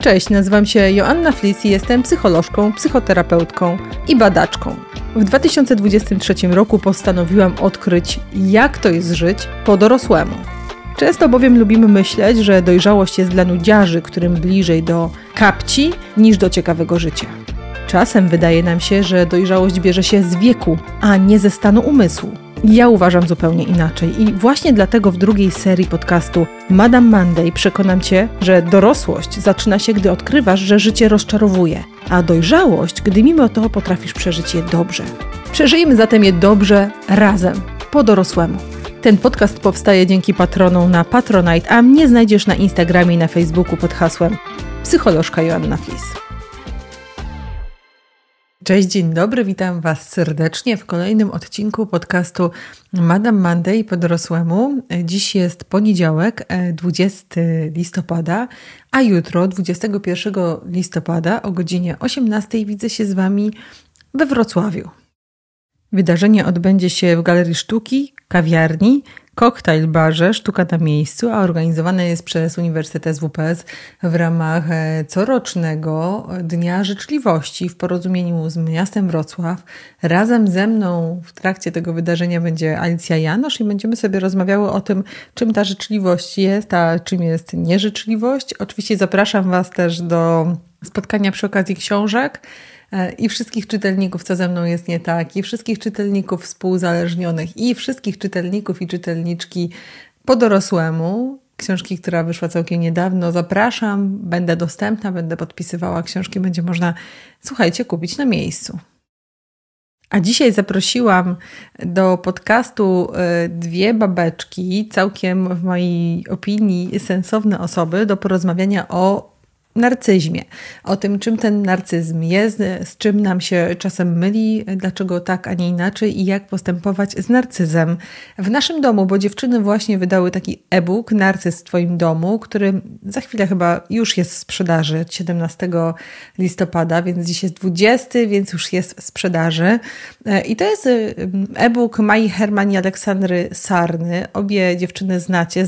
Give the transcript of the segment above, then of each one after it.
Cześć, nazywam się Joanna Flis i jestem psycholożką, psychoterapeutką i badaczką. W 2023 roku postanowiłam odkryć, jak to jest żyć po dorosłemu. Często bowiem lubimy myśleć, że dojrzałość jest dla nudziarzy, którym bliżej do kapci niż do ciekawego życia. Czasem wydaje nam się, że dojrzałość bierze się z wieku, a nie ze stanu umysłu. Ja uważam zupełnie inaczej i właśnie dlatego w drugiej serii podcastu Madame Monday przekonam Cię, że dorosłość zaczyna się, gdy odkrywasz, że życie rozczarowuje, a dojrzałość, gdy mimo to potrafisz przeżyć je dobrze. Przeżyjmy zatem je dobrze razem, po dorosłemu. Ten podcast powstaje dzięki patronom na Patronite, a mnie znajdziesz na Instagramie i na Facebooku pod hasłem Psycholożka Joanna Flis. Cześć, dzień dobry, witam Was serdecznie w kolejnym odcinku podcastu Madame Monday po dorosłemu. Dziś jest poniedziałek, 20 listopada, a jutro, 21 listopada o godzinie 18 widzę się z Wami we Wrocławiu. Wydarzenie odbędzie się w Galerii Sztuki, kawiarni, koktajl barze Sztuka na miejscu, a organizowane jest przez Uniwersytet SWPS w ramach corocznego Dnia Życzliwości w porozumieniu z miastem Wrocław. Razem ze mną w trakcie tego wydarzenia będzie Alicja Janosz i będziemy sobie rozmawiały o tym, czym ta życzliwość jest, a czym jest nieżyczliwość. Oczywiście zapraszam Was też do spotkania przy okazji książek i wszystkich czytelników, co ze mną jest nie tak, i wszystkich czytelników współuzależnionych, i wszystkich czytelników i czytelniczki po dorosłemu. Książki, która wyszła całkiem niedawno. Zapraszam, będę dostępna, będę podpisywała książki, będzie można, słuchajcie, kupić na miejscu. A dzisiaj zaprosiłam do podcastu dwie babeczki, całkiem w mojej opinii sensowne osoby, do porozmawiania o narcyzmie, o tym, czym ten narcyzm jest, z czym nam się czasem myli, dlaczego tak, a nie inaczej i jak postępować z narcyzem w naszym domu, bo dziewczyny właśnie wydały taki e-book Narcyz w Twoim domu, który za chwilę chyba już jest w sprzedaży, 17 listopada, więc dziś jest 20, więc już jest w sprzedaży. I to jest e-book Mai Herman i Aleksandry Sarny. Obie dziewczyny znacie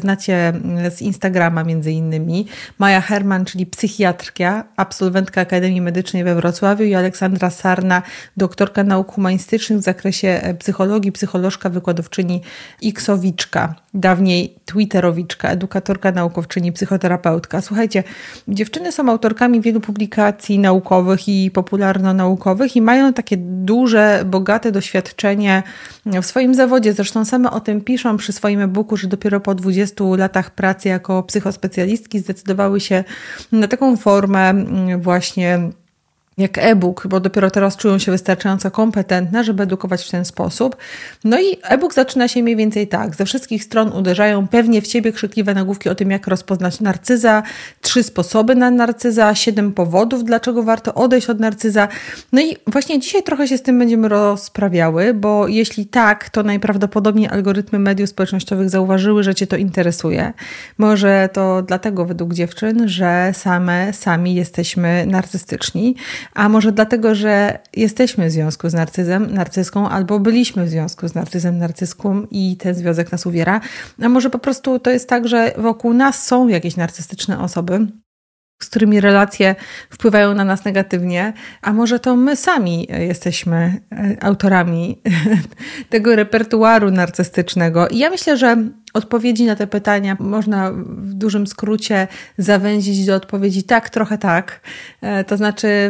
z Instagrama między innymi. Maja Herman, czyli psychiatra, absolwentka Akademii Medycznej we Wrocławiu i Aleksandra Sarna, doktorka nauk humanistycznych w zakresie psychologii, psycholożka, wykładowczyni Xowiczka, dawniej Twitterowiczka, edukatorka, naukowczyni, psychoterapeutka. Słuchajcie, dziewczyny są autorkami wielu publikacji naukowych i popularno-naukowych i mają takie duże, bogate doświadczenie w swoim zawodzie. Zresztą same o tym piszą przy swoim e-booku, że dopiero po 20 latach pracy jako psychospecjalistki zdecydowały się na taką formę właśnie jak e-book, bo dopiero teraz czują się wystarczająco kompetentne, żeby edukować w ten sposób. No i e-book zaczyna się mniej więcej tak. Ze wszystkich stron uderzają pewnie w Ciebie krzykliwe nagłówki o tym, jak rozpoznać narcyza, 3 sposoby na narcyza, 7 powodów, dlaczego warto odejść od narcyza. No i właśnie dzisiaj trochę się z tym będziemy rozprawiały, bo jeśli tak, to najprawdopodobniej algorytmy mediów społecznościowych zauważyły, że Cię to interesuje. Może to dlatego według dziewczyn, że sami jesteśmy narcystyczni, a może dlatego, że jesteśmy w związku z narcyzką, albo byliśmy w związku z narcyzką i ten związek nas uwiera, a może po prostu to jest tak, że wokół nas są jakieś narcystyczne osoby, z którymi relacje wpływają na nas negatywnie, a może to my sami jesteśmy autorami tego repertuaru narcystycznego. I ja myślę, że odpowiedzi na te pytania można w dużym skrócie zawęzić do odpowiedzi tak, trochę tak. To znaczy,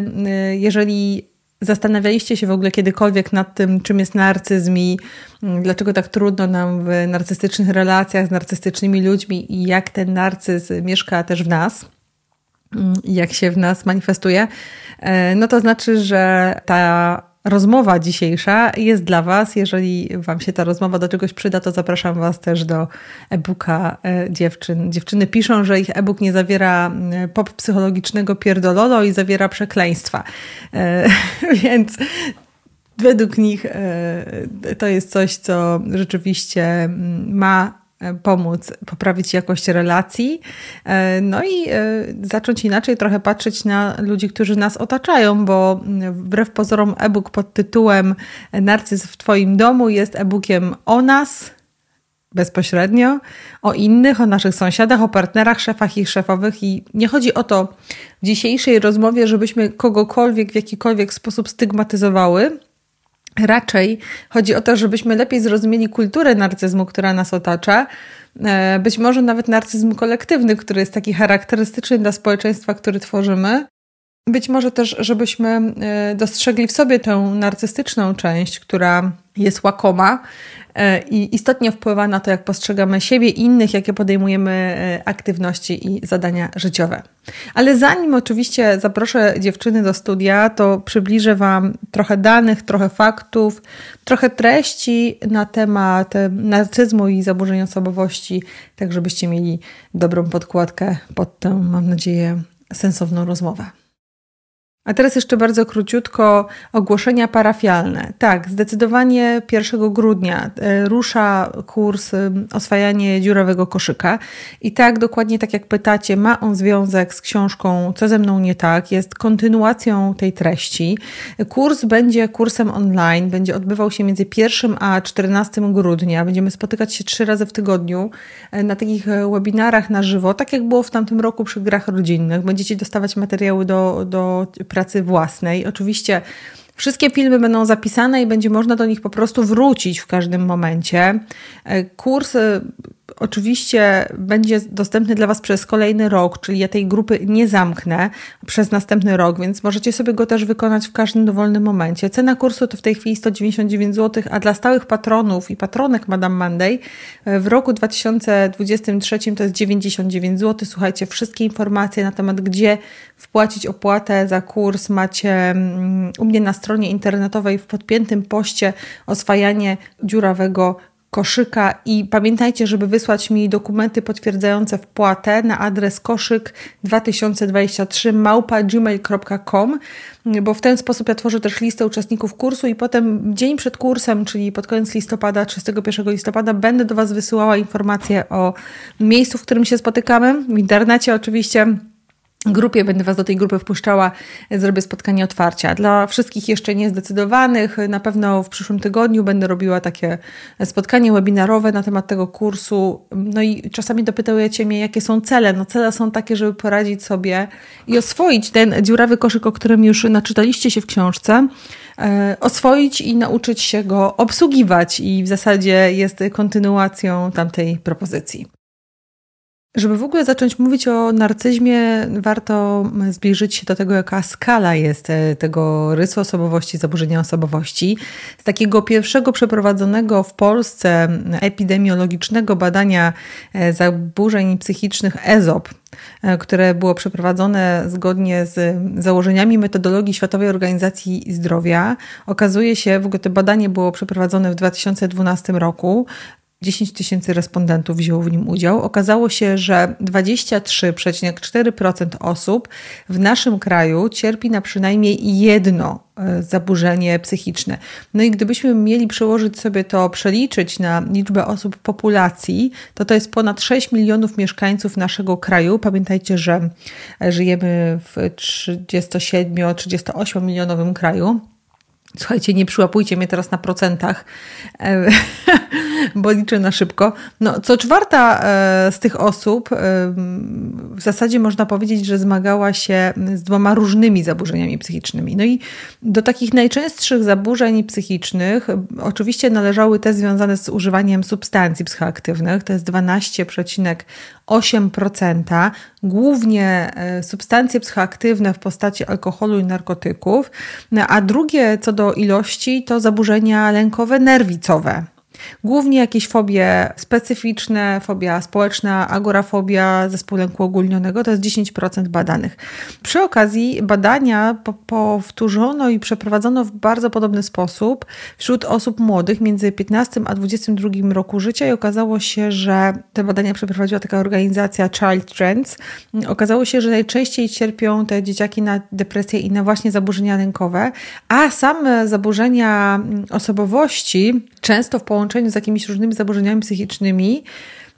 jeżeli zastanawialiście się w ogóle kiedykolwiek nad tym, czym jest narcyzm i dlaczego tak trudno nam w narcystycznych relacjach z narcystycznymi ludźmi i jak ten narcyzm mieszka też w nas, jak się w nas manifestuje, no to znaczy, że ta rozmowa dzisiejsza jest dla Was. Jeżeli Wam się ta rozmowa do czegoś przyda, to zapraszam Was też do e-booka dziewczyn. Dziewczyny piszą, że ich e-book nie zawiera pop psychologicznego pierdololo i zawiera przekleństwa. Więc według nich to jest coś, co rzeczywiście ma pomóc poprawić jakość relacji, no i zacząć inaczej trochę patrzeć na ludzi, którzy nas otaczają, bo wbrew pozorom e-book pod tytułem Narcyz w Twoim domu jest e-bookiem o nas, bezpośrednio, o innych, o naszych sąsiadach, o partnerach, szefach i szefowych. I nie chodzi o to w dzisiejszej rozmowie, żebyśmy kogokolwiek w jakikolwiek sposób stygmatyzowały. Raczej chodzi o to, żebyśmy lepiej zrozumieli kulturę narcyzmu, która nas otacza. Być może nawet narcyzm kolektywny, który jest taki charakterystyczny dla społeczeństwa, który tworzymy. Być może też, żebyśmy dostrzegli w sobie tę narcystyczną część, która jest łakoma i istotnie wpływa na to, jak postrzegamy siebie i innych, jakie podejmujemy aktywności i zadania życiowe. Ale zanim oczywiście zaproszę dziewczyny do studia, to przybliżę Wam trochę danych, trochę faktów, trochę treści na temat narcyzmu i zaburzeń osobowości, tak żebyście mieli dobrą podkładkę pod tę, mam nadzieję, sensowną rozmowę. A teraz jeszcze bardzo króciutko ogłoszenia parafialne. Tak, zdecydowanie 1 grudnia rusza kurs Oswajanie dziurawego koszyka. I tak, dokładnie tak jak pytacie, ma on związek z książką Co ze mną nie tak, jest kontynuacją tej treści. Kurs będzie kursem online, będzie odbywał się między 1 a 14 grudnia. Będziemy spotykać się 3 razy w tygodniu na takich webinarach na żywo, tak jak było w tamtym roku przy grach rodzinnych. Będziecie dostawać materiały do pracy własnej. Oczywiście wszystkie filmy będą zapisane i będzie można do nich po prostu wrócić w każdym momencie. Kurs oczywiście będzie dostępny dla Was przez kolejny rok, czyli ja tej grupy nie zamknę przez następny rok, więc możecie sobie go też wykonać w każdym dowolnym momencie. Cena kursu to w tej chwili 199 zł, a dla stałych patronów i patronek Madame Monday w roku 2023 to jest 99 zł. Słuchajcie, wszystkie informacje na temat, gdzie wpłacić opłatę za kurs macie u mnie na stronie internetowej w podpiętym poście Oswajanie dziurawego koszyka i pamiętajcie, żeby wysłać mi dokumenty potwierdzające wpłatę na adres koszyk2023@gmail.com, bo w ten sposób ja tworzę też listę uczestników kursu i potem dzień przed kursem, czyli pod koniec listopada, 31 listopada, będę do Was wysyłała informacje o miejscu, w którym się spotykamy. W internecie oczywiście. Grupie, będę Was do tej grupy wpuszczała, zrobię spotkanie otwarcia. Dla wszystkich jeszcze niezdecydowanych, na pewno w przyszłym tygodniu będę robiła takie spotkanie webinarowe na temat tego kursu. No i czasami dopytujecie mnie, jakie są cele. No cele są takie, żeby poradzić sobie i oswoić ten dziurawy koszyk, o którym już naczytaliście się w książce, oswoić i nauczyć się go obsługiwać i w zasadzie jest kontynuacją tamtej propozycji. Żeby w ogóle zacząć mówić o narcyzmie, warto zbliżyć się do tego, jaka skala jest tego rysu osobowości, zaburzenia osobowości. Z takiego pierwszego przeprowadzonego w Polsce epidemiologicznego badania zaburzeń psychicznych EZOP, które było przeprowadzone zgodnie z założeniami metodologii Światowej Organizacji Zdrowia. Okazuje się, w ogóle to badanie było przeprowadzone w 2012 roku, 10 000 respondentów wzięło w nim udział. Okazało się, że 23,4% osób w naszym kraju cierpi na przynajmniej jedno zaburzenie psychiczne. No i gdybyśmy mieli przełożyć sobie to, przeliczyć na liczbę osób w populacji, to jest ponad 6 milionów mieszkańców naszego kraju. Pamiętajcie, że żyjemy w 37-38 milionowym kraju. Słuchajcie, nie przyłapujcie mnie teraz na procentach, bo liczę na szybko. No, co czwarta z tych osób w zasadzie można powiedzieć, że zmagała się z 2 różnymi zaburzeniami psychicznymi. No i do takich najczęstszych zaburzeń psychicznych oczywiście należały te związane z używaniem substancji psychoaktywnych. To jest 12,8%. Głównie substancje psychoaktywne w postaci alkoholu i narkotyków. A drugie co do ilości to zaburzenia lękowe nerwicowe. Głównie jakieś fobie specyficzne, fobia społeczna, agorafobia, zespół lęku ogólnionego, to jest 10% badanych. Przy okazji badania powtórzono i przeprowadzono w bardzo podobny sposób wśród osób młodych między 15 a 22 roku życia i okazało się, że te badania przeprowadziła taka organizacja Child Trends. Okazało się, że najczęściej cierpią te dzieciaki na depresję i na właśnie zaburzenia lękowe, a same zaburzenia osobowości często w połączeniu z jakimiś różnymi zaburzeniami psychicznymi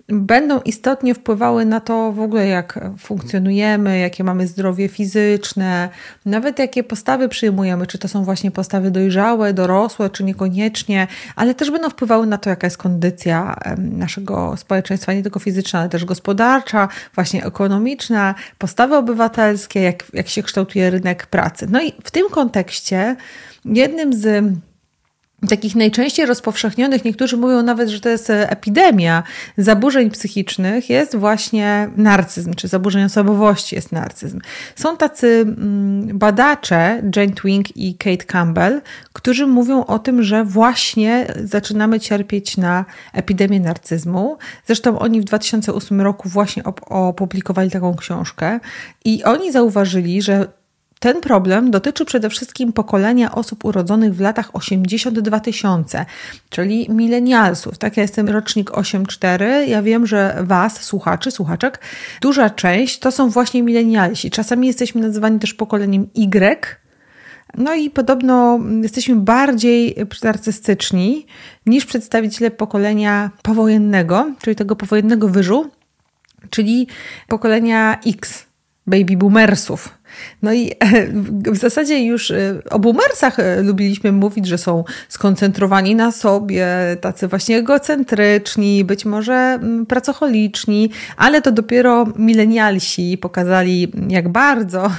będą istotnie wpływały na to w ogóle, jak funkcjonujemy, jakie mamy zdrowie fizyczne, nawet jakie postawy przyjmujemy, czy to są właśnie postawy dojrzałe, dorosłe, czy niekoniecznie, ale też będą wpływały na to, jaka jest kondycja naszego społeczeństwa, nie tylko fizyczna, ale też gospodarcza, właśnie ekonomiczna, postawy obywatelskie, jak się kształtuje rynek pracy. No i w tym kontekście jednym z takich najczęściej rozpowszechnionych, niektórzy mówią nawet, że to jest epidemia zaburzeń psychicznych, jest właśnie narcyzm, czy zaburzeń osobowości jest narcyzm. Są tacy badacze, Jane Twink i Kate Campbell, którzy mówią o tym, że właśnie zaczynamy cierpieć na epidemię narcyzmu. Zresztą oni w 2008 roku właśnie opublikowali taką książkę i oni zauważyli, że ten problem dotyczy przede wszystkim pokolenia osób urodzonych w latach 80-2000, czyli milenialsów. Tak, ja jestem rocznik 8-4. Ja wiem, że was, słuchaczy, słuchaczek, duża część to są właśnie milenialsi. Czasami jesteśmy nazywani też pokoleniem Y. No i podobno jesteśmy bardziej narcystyczni niż przedstawiciele pokolenia powojennego, czyli tego powojennego wyżu, czyli pokolenia X, baby boomersów. No i w zasadzie już o boomersach lubiliśmy mówić, że są skoncentrowani na sobie, tacy właśnie egocentryczni, być może pracocholiczni, ale to dopiero milenialsi pokazali, jak bardzo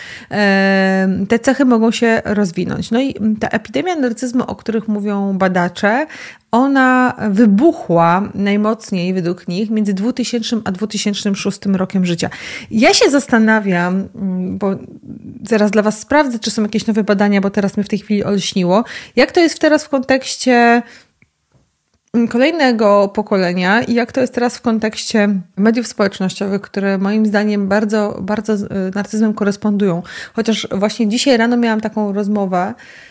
te cechy mogą się rozwinąć. No i ta epidemia narcyzmu, o których mówią badacze, ona wybuchła najmocniej według nich między 2000 a 2006 rokiem życia. Ja się zastanawiam, bo zaraz dla was sprawdzę, czy są jakieś nowe badania, bo teraz mnie w tej chwili olśniło, jak to jest teraz w kontekście kolejnego pokolenia i jak to jest teraz w kontekście mediów społecznościowych, które moim zdaniem bardzo, bardzo z narcyzmem korespondują. Chociaż właśnie dzisiaj rano miałam taką rozmowę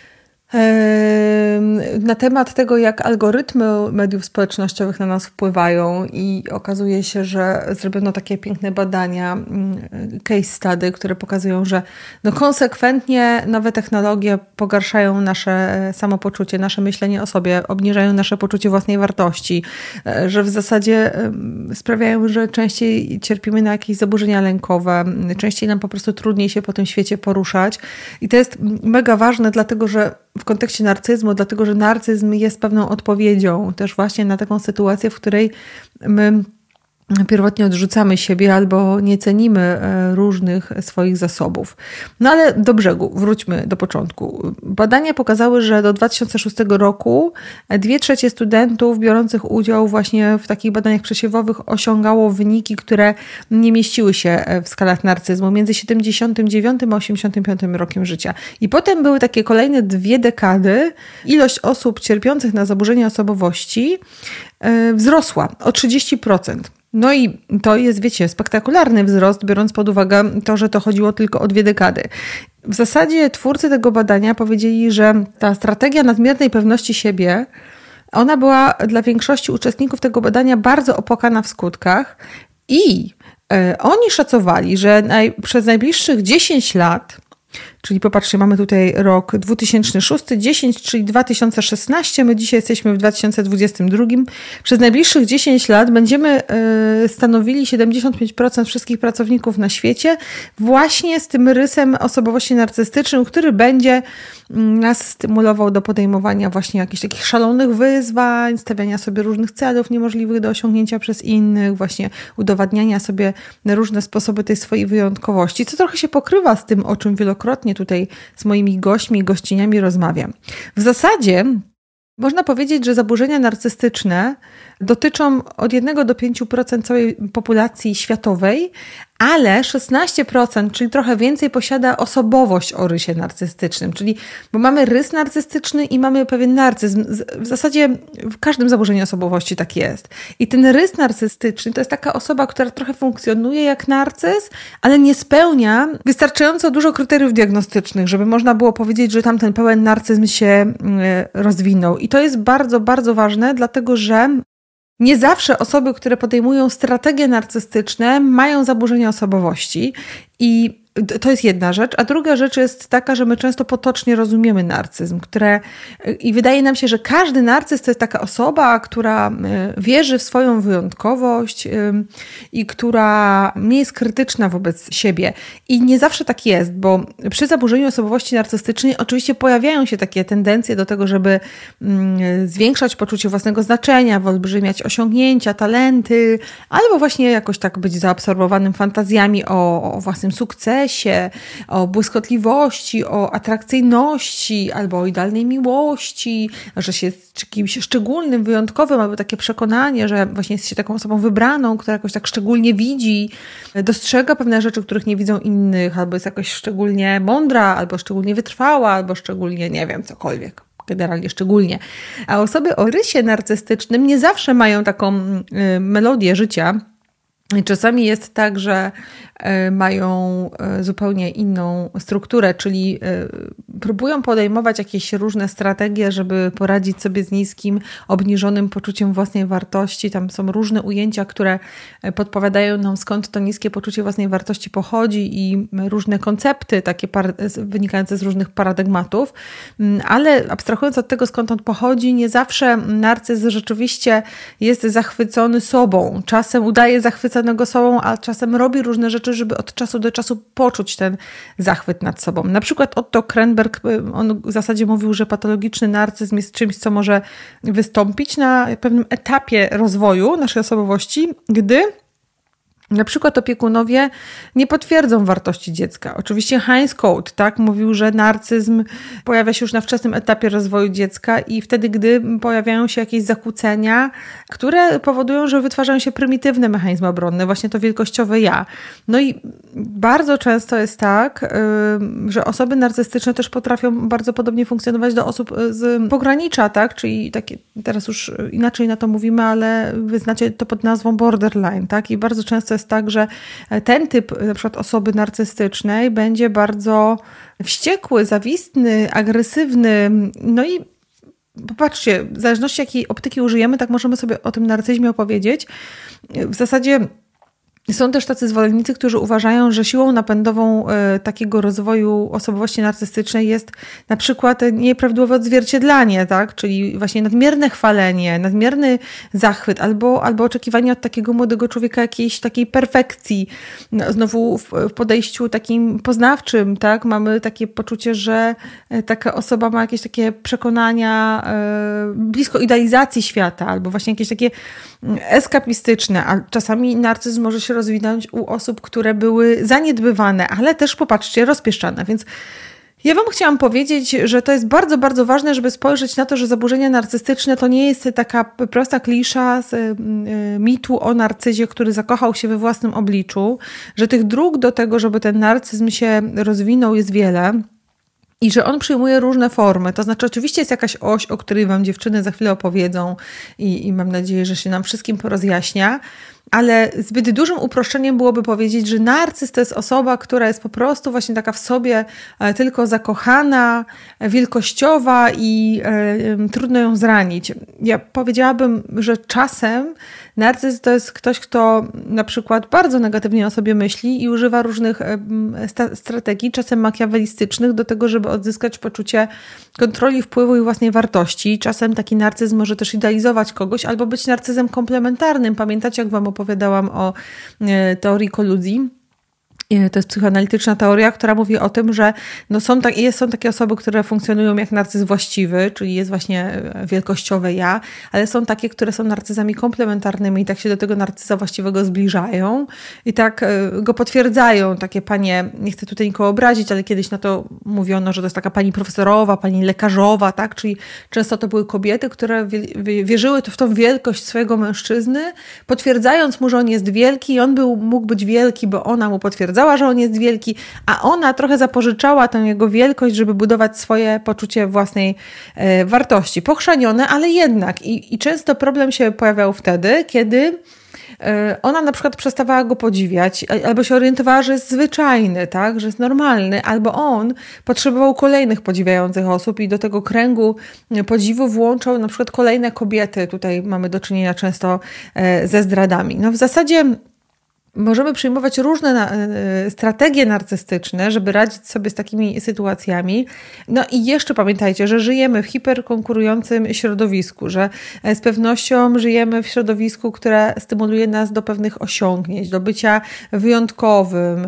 na temat tego, jak algorytmy mediów społecznościowych na nas wpływają i okazuje się, że zrobiono takie piękne badania, case study, które pokazują, że konsekwentnie nowe technologie pogarszają nasze samopoczucie, nasze myślenie o sobie, obniżają nasze poczucie własnej wartości, że w zasadzie sprawiają, że częściej cierpimy na jakieś zaburzenia lękowe, częściej nam po prostu trudniej się po tym świecie poruszać i to jest mega ważne, dlatego że w kontekście narcyzmu, dlatego że narcyzm jest pewną odpowiedzią też właśnie na taką sytuację, w której my pierwotnie odrzucamy siebie albo nie cenimy różnych swoich zasobów. No ale do brzegu, wróćmy do początku. Badania pokazały, że do 2006 roku 2/3 studentów biorących udział właśnie w takich badaniach przesiewowych osiągało wyniki, które nie mieściły się w skalach narcyzmu między 79 a 85 rokiem życia. I potem były takie kolejne 2 dekady. Ilość osób cierpiących na zaburzenia osobowości wzrosła o 30%. No i to jest, wiecie, spektakularny wzrost, biorąc pod uwagę to, że to chodziło tylko o 2 dekady. W zasadzie twórcy tego badania powiedzieli, że ta strategia nadmiernej pewności siebie, ona była dla większości uczestników tego badania bardzo opłakana w skutkach i oni szacowali, że przez najbliższych 10 lat, czyli popatrzcie, mamy tutaj rok 2006, 10, czyli 2016, my dzisiaj jesteśmy w 2022. Przez najbliższych 10 lat będziemy stanowili 75% wszystkich pracowników na świecie właśnie z tym rysem osobowości narcystycznym, który będzie nas stymulował do podejmowania właśnie jakichś takich szalonych wyzwań, stawiania sobie różnych celów niemożliwych do osiągnięcia przez innych, właśnie udowadniania sobie na różne sposoby tej swojej wyjątkowości, co trochę się pokrywa z tym, o czym wielokrotnie tutaj z moimi gośćmi i gościniami rozmawiam. W zasadzie można powiedzieć, że zaburzenia narcystyczne dotyczą od 1 do 5% całej populacji światowej, ale 16%, czyli trochę więcej, posiada osobowość o rysie narcystycznym, czyli bo mamy rys narcystyczny i mamy pewien narcyzm. W zasadzie w każdym zaburzeniu osobowości tak jest. I ten rys narcystyczny to jest taka osoba, która trochę funkcjonuje jak narcyz, ale nie spełnia wystarczająco dużo kryteriów diagnostycznych, żeby można było powiedzieć, że tamten pełen narcyzm się rozwinął. I to jest bardzo, bardzo ważne, dlatego że nie zawsze osoby, które podejmują strategie narcystyczne, mają zaburzenia osobowości I to jest jedna rzecz, a druga rzecz jest taka, że my często potocznie rozumiemy narcyzm, i wydaje nam się, że każdy narcyz to jest taka osoba, która wierzy w swoją wyjątkowość i która nie jest krytyczna wobec siebie. I nie zawsze tak jest, bo przy zaburzeniu osobowości narcystycznej oczywiście pojawiają się takie tendencje do tego, żeby zwiększać poczucie własnego znaczenia, wyolbrzymiać osiągnięcia, talenty, albo właśnie jakoś tak być zaabsorbowanym fantazjami o własnym sukcesie, o błyskotliwości, o atrakcyjności albo o idealnej miłości, że się jest kimś szczególnym, wyjątkowym, albo takie przekonanie, że właśnie jest się taką osobą wybraną, która jakoś tak szczególnie widzi, dostrzega pewne rzeczy, których nie widzą innych, albo jest jakoś szczególnie mądra, albo szczególnie wytrwała, albo szczególnie, nie wiem, cokolwiek. Generalnie szczególnie. A osoby o rysie narcystycznym nie zawsze mają taką melodię życia. Czasami jest tak, że mają zupełnie inną strukturę, czyli próbują podejmować jakieś różne strategie, żeby poradzić sobie z niskim, obniżonym poczuciem własnej wartości. Tam są różne ujęcia, które podpowiadają nam, skąd to niskie poczucie własnej wartości pochodzi i różne koncepty takie wynikające z różnych paradygmatów, ale abstrahując od tego, skąd on pochodzi, nie zawsze narcyz rzeczywiście jest zachwycony sobą. Czasem udaje zachwyconego sobą, a czasem robi różne rzeczy, żeby od czasu do czasu poczuć ten zachwyt nad sobą. Na przykład Otto Krenberg, on w zasadzie mówił, że patologiczny narcyzm jest czymś, co może wystąpić na pewnym etapie rozwoju naszej osobowości, gdy na przykład opiekunowie nie potwierdzą wartości dziecka. Oczywiście Heinz Kohut mówił, że narcyzm pojawia się już na wczesnym etapie rozwoju dziecka i wtedy, gdy pojawiają się jakieś zakłócenia, które powodują, że wytwarzają się prymitywne mechanizmy obronne, właśnie to wielkościowe ja. No i bardzo często jest tak, że osoby narcystyczne też potrafią bardzo podobnie funkcjonować do osób z pogranicza, czyli takie, teraz już inaczej na to mówimy, ale wy znacie to pod nazwą borderline, I bardzo często jest tak, że ten typ na przykład osoby narcystycznej będzie bardzo wściekły, zawistny, agresywny. No i popatrzcie, w zależności jakiej optyki użyjemy, tak możemy sobie o tym narcyzmie opowiedzieć. W zasadzie są też tacy zwolennicy, którzy uważają, że siłą napędową takiego rozwoju osobowości narcystycznej jest na przykład nieprawidłowe odzwierciedlanie, czyli właśnie nadmierne chwalenie, nadmierny zachwyt albo oczekiwanie od takiego młodego człowieka jakiejś takiej perfekcji. No, znowu w podejściu takim poznawczym, mamy takie poczucie, że taka osoba ma jakieś takie przekonania blisko idealizacji świata albo właśnie jakieś takie eskapistyczne, a czasami narcyzm może się rozwinąć u osób, które były zaniedbywane, ale też, popatrzcie, rozpieszczane. Więc ja wam chciałam powiedzieć, że to jest bardzo, bardzo ważne, żeby spojrzeć na to, że zaburzenia narcystyczne to nie jest taka prosta klisza z mitu o narcyzie, który zakochał się we własnym obliczu, że tych dróg do tego, żeby ten narcyzm się rozwinął, jest wiele. I że on przyjmuje różne formy. To znaczy oczywiście jest jakaś oś, o której wam dziewczyny za chwilę opowiedzą i mam nadzieję, że się nam wszystkim porozjaśnia. Ale zbyt dużym uproszczeniem byłoby powiedzieć, że narcyz to jest osoba, która jest po prostu właśnie taka w sobie tylko zakochana, wielkościowa i trudno ją zranić. Ja powiedziałabym, że czasem narcyz to jest ktoś, kto na przykład bardzo negatywnie o sobie myśli i używa różnych strategii, czasem makiawelistycznych, do tego, żeby odzyskać poczucie kontroli, wpływu i własnej wartości. Czasem taki narcyz może też idealizować kogoś albo być narcyzem komplementarnym. Pamiętacie, jak wam opowiadałam o teorii koluzji? To jest psychoanalityczna teoria, która mówi o tym, że są takie osoby, które funkcjonują jak narcyz właściwy, czyli jest właśnie wielkościowe ja, ale są takie, które są narcyzami komplementarnymi i tak się do tego narcyza właściwego zbliżają i tak go potwierdzają. Takie panie, nie chcę tutaj nikogo obrazić, ale kiedyś na to mówiono, że to jest taka pani profesorowa, pani lekarzowa, czyli często to były kobiety, które wierzyły w tą wielkość swojego mężczyzny, potwierdzając mu, że on jest wielki i on mógł być wielki, bo ona mu potwierdzała, że on jest wielki, a ona trochę zapożyczała tę jego wielkość, żeby budować swoje poczucie własnej wartości. Pochrzanione, ale jednak. I często problem się pojawiał wtedy, kiedy ona na przykład przestawała go podziwiać, albo się orientowała, że jest zwyczajny, że jest normalny, albo on potrzebował kolejnych podziwiających osób i do tego kręgu podziwu włączał na przykład kolejne kobiety. Tutaj mamy do czynienia często ze zdradami. No w zasadzie możemy przyjmować różne strategie narcystyczne, żeby radzić sobie z takimi sytuacjami. No i jeszcze pamiętajcie, że żyjemy w hiperkonkurującym środowisku, że z pewnością żyjemy w środowisku, które stymuluje nas do pewnych osiągnięć, do bycia wyjątkowym,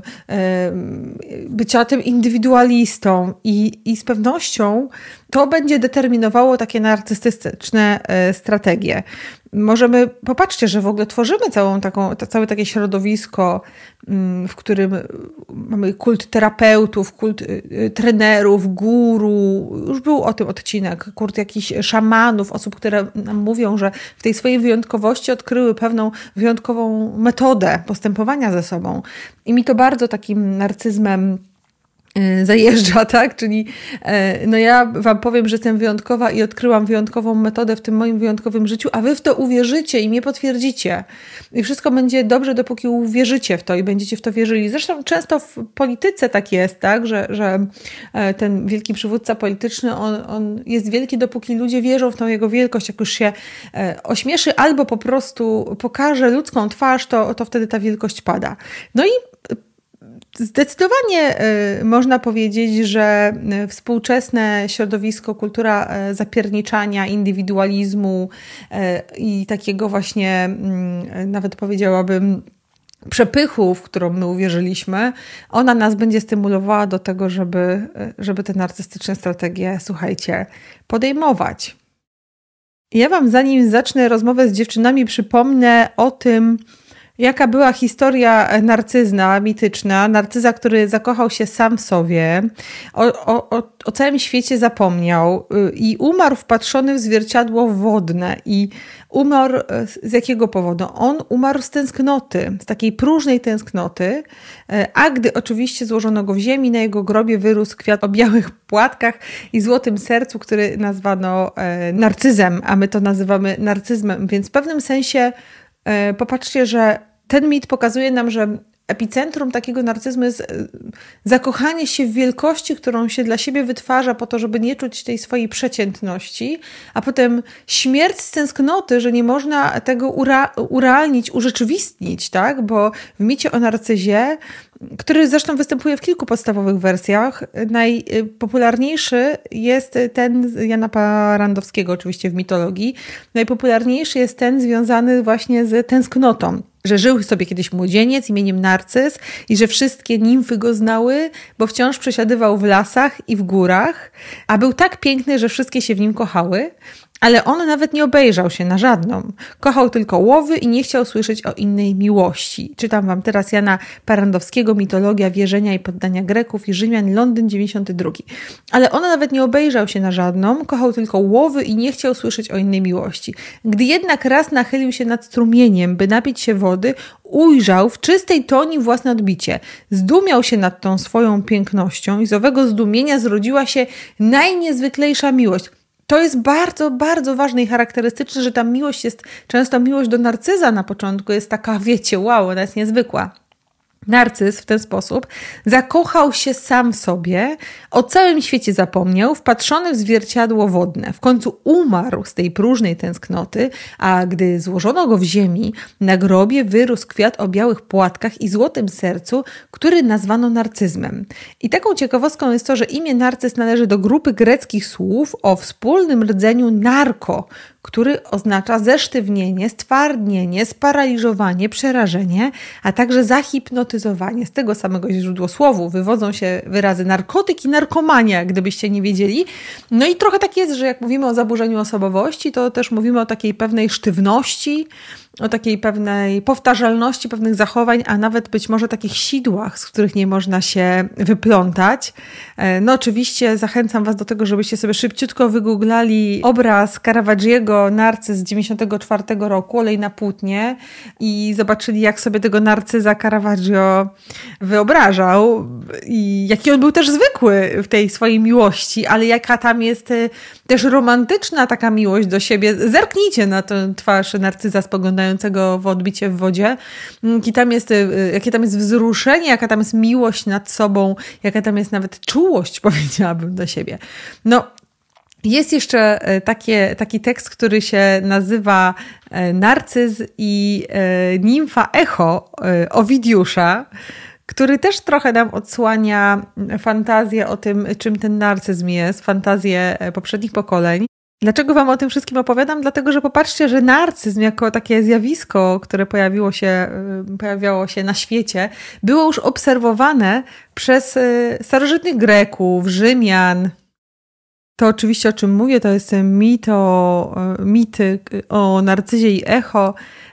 bycia tym indywidualistą i z pewnością to będzie determinowało takie narcystyczne strategie. Popatrzcie, że w ogóle tworzymy całe takie środowisko, w którym mamy kult terapeutów, kult trenerów, guru. Już był o tym odcinek, kult jakichś szamanów, osób, które nam mówią, że w tej swojej wyjątkowości odkryły pewną wyjątkową metodę postępowania ze sobą. I mi to bardzo takim narcyzmem zajeżdża, tak? Czyli no ja wam powiem, że jestem wyjątkowa i odkryłam wyjątkową metodę w tym moim wyjątkowym życiu, a wy w to uwierzycie i mnie potwierdzicie. I wszystko będzie dobrze, dopóki uwierzycie w to i będziecie w to wierzyli. Zresztą często w polityce tak jest, tak? Że ten wielki przywódca polityczny, on jest wielki, dopóki ludzie wierzą w tą jego wielkość. Jak już się ośmieszy albo po prostu pokaże ludzką twarz, to wtedy ta wielkość pada. No i zdecydowanie można powiedzieć, że współczesne środowisko, kultura zapierniczania, indywidualizmu i takiego właśnie, nawet powiedziałabym, przepychu, w którą my uwierzyliśmy, ona nas będzie stymulowała do tego, żeby te narcystyczne strategie, słuchajcie, podejmować. Ja wam, zanim zacznę rozmowę z dziewczynami, przypomnę o tym, jaka była historia narcyzna, mityczna. Narcyza, który zakochał się sam w sobie, o całym świecie zapomniał i umarł wpatrzony w zwierciadło wodne. I umarł z jakiego powodu? On umarł z tęsknoty, z takiej próżnej tęsknoty, a gdy oczywiście złożono go w ziemi, na jego grobie wyrósł kwiat o białych płatkach i złotym sercu, który nazwano narcyzem, a my to nazywamy narcyzmem, więc w pewnym sensie popatrzcie, że ten mit pokazuje nam, że epicentrum takiego narcyzmu jest zakochanie się w wielkości, którą się dla siebie wytwarza po to, żeby nie czuć tej swojej przeciętności, a potem śmierć z tęsknoty, że nie można tego urealnić, urzeczywistnić, tak? Bo w micie o narcyzie, który zresztą występuje w kilku podstawowych wersjach, najpopularniejszy jest ten Jana Parandowskiego, oczywiście w mitologii, najpopularniejszy jest ten związany właśnie z tęsknotą. Że żył sobie kiedyś młodzieniec imieniem Narcyz i że wszystkie nimfy go znały, bo wciąż przesiadywał w lasach i w górach, a był tak piękny, że wszystkie się w nim kochały, ale on nawet nie obejrzał się na żadną. Kochał tylko łowy i nie chciał słyszeć o innej miłości. Czytam wam teraz Jana Parandowskiego, Mitologia wierzenia i poddania Greków i Rzymian, Londyn 92. Ale on nawet nie obejrzał się na żadną, kochał tylko łowy i nie chciał słyszeć o innej miłości. Gdy jednak raz nachylił się nad strumieniem, by napić się wody, ujrzał w czystej toni własne odbicie. Zdumiał się nad tą swoją pięknością i z owego zdumienia zrodziła się najniezwyklejsza miłość. To jest bardzo, bardzo ważne i charakterystyczne, że ta miłość jest często miłość do narcyza na początku, jest taka, wiecie, wow, ona jest niezwykła. Narcyz w ten sposób zakochał się sam w sobie, o całym świecie zapomniał, wpatrzony w zwierciadło wodne. W końcu umarł z tej próżnej tęsknoty, a gdy złożono go w ziemi, na grobie wyrósł kwiat o białych płatkach i złotym sercu, który nazwano narcyzmem. I taką ciekawostką jest to, że imię narcyz należy do grupy greckich słów o wspólnym rdzeniu narko, który oznacza zesztywnienie, stwardnienie, sparaliżowanie, przerażenie, a także zahipnotyzowanie. Z tego samego źródłosłowu wywodzą się wyrazy narkotyk i narkomania, gdybyście nie wiedzieli. No i trochę tak jest, że jak mówimy o zaburzeniu osobowości, to też mówimy o takiej pewnej sztywności, o takiej pewnej powtarzalności pewnych zachowań, a nawet być może takich sidłach, z których nie można się wyplątać. No oczywiście zachęcam was do tego, żebyście sobie szybciutko wygooglali obraz Caravaggiego Narcyz z 1994 roku, Olej na płótnie i zobaczyli, jak sobie tego Narcyza Caravaggio wyobrażał i jaki on był też zwykły w tej swojej miłości, ale jaka tam jest też romantyczna taka miłość do siebie. Zerknijcie na tę twarz Narcyza spoglądającego w odbicie w wodzie. Jakie tam jest wzruszenie, jaka tam jest miłość nad sobą, jaka tam jest nawet czułość, powiedziałabym, do siebie. No, Jest jeszcze taki tekst, który się nazywa Narcyz i nimfa Echo Owidiusza, który też trochę nam odsłania fantazję o tym, czym ten narcyzm jest, fantazję poprzednich pokoleń. Dlaczego wam o tym wszystkim opowiadam? Dlatego, że popatrzcie, że narcyzm jako takie zjawisko, które pojawiało się na świecie, było już obserwowane przez starożytnych Greków, Rzymian. To oczywiście, o czym mówię, to jest mity o Narcyzie i Echo,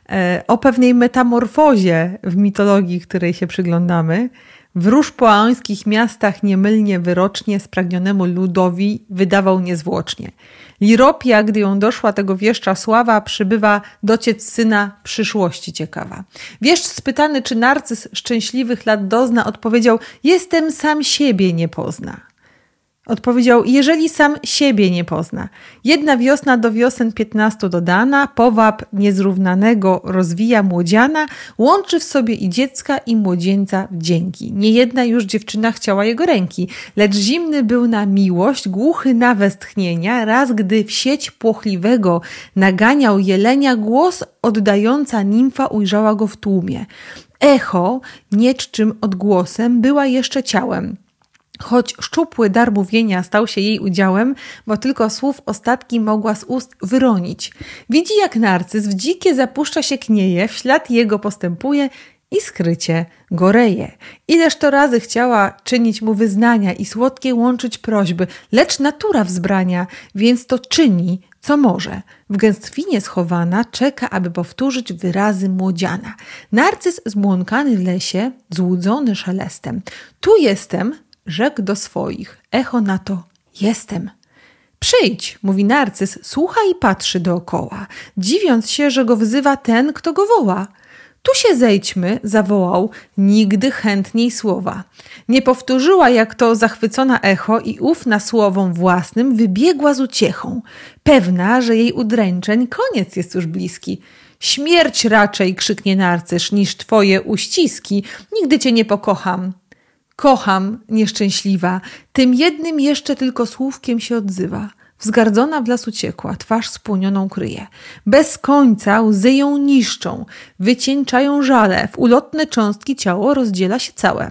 o pewnej metamorfozie w mitologii, której się przyglądamy. Wróż po aońskich miastach niemylnie wyrocznie spragnionemu ludowi wydawał niezwłocznie. Liropia, gdy ją doszła tego wieszcza sława, przybywa dociec syna przyszłości ciekawa. Wieszcz spytany, czy Narcyz szczęśliwych lat dozna, odpowiedział: jestem sam siebie nie pozna. Odpowiedział: jeżeli sam siebie nie pozna. Jedna wiosna do wiosen 15 dodana, powab niezrównanego rozwija młodziana, łączy w sobie i dziecka, i młodzieńca wdzięki. Niejedna już dziewczyna chciała jego ręki, lecz zimny był na miłość, głuchy na westchnienia, raz gdy w sieć płochliwego naganiał jelenia, głos oddająca nimfa ujrzała go w tłumie. Echo, nieczczym odgłosem, była jeszcze ciałem. Choć szczupły dar mówienia stał się jej udziałem, bo tylko słów ostatki mogła z ust wyronić. Widzi, jak narcyz w dzikie zapuszcza się knieje, w ślad jego postępuje i skrycie goreje. Ileż to razy chciała czynić mu wyznania i słodkie łączyć prośby, lecz natura wzbrania, więc to czyni, co może. W gęstwinie schowana czeka, aby powtórzyć wyrazy młodziana. Narcyz zbłąkany w lesie, złudzony szelestem. Tu jestem, rzekł do swoich. Echo na to: jestem. Przyjdź, mówi Narcyz, słucha i patrzy dookoła, dziwiąc się, że go wzywa ten, kto go woła. Tu się zejdźmy, zawołał, nigdy chętniej słowa. Nie powtórzyła, jak to zachwycona Echo i ufna słowom własnym wybiegła z uciechą, pewna, że jej udręczeń koniec jest już bliski. Śmierć raczej, krzyknie Narcyz, niż twoje uściski, nigdy cię nie pokocham. Kocham, nieszczęśliwa, tym jednym jeszcze tylko słówkiem się odzywa. Wzgardzona w las uciekła, twarz spłonioną kryje. Bez końca łzy ją niszczą, wycieńczają żale, w ulotne cząstki ciało rozdziela się całe.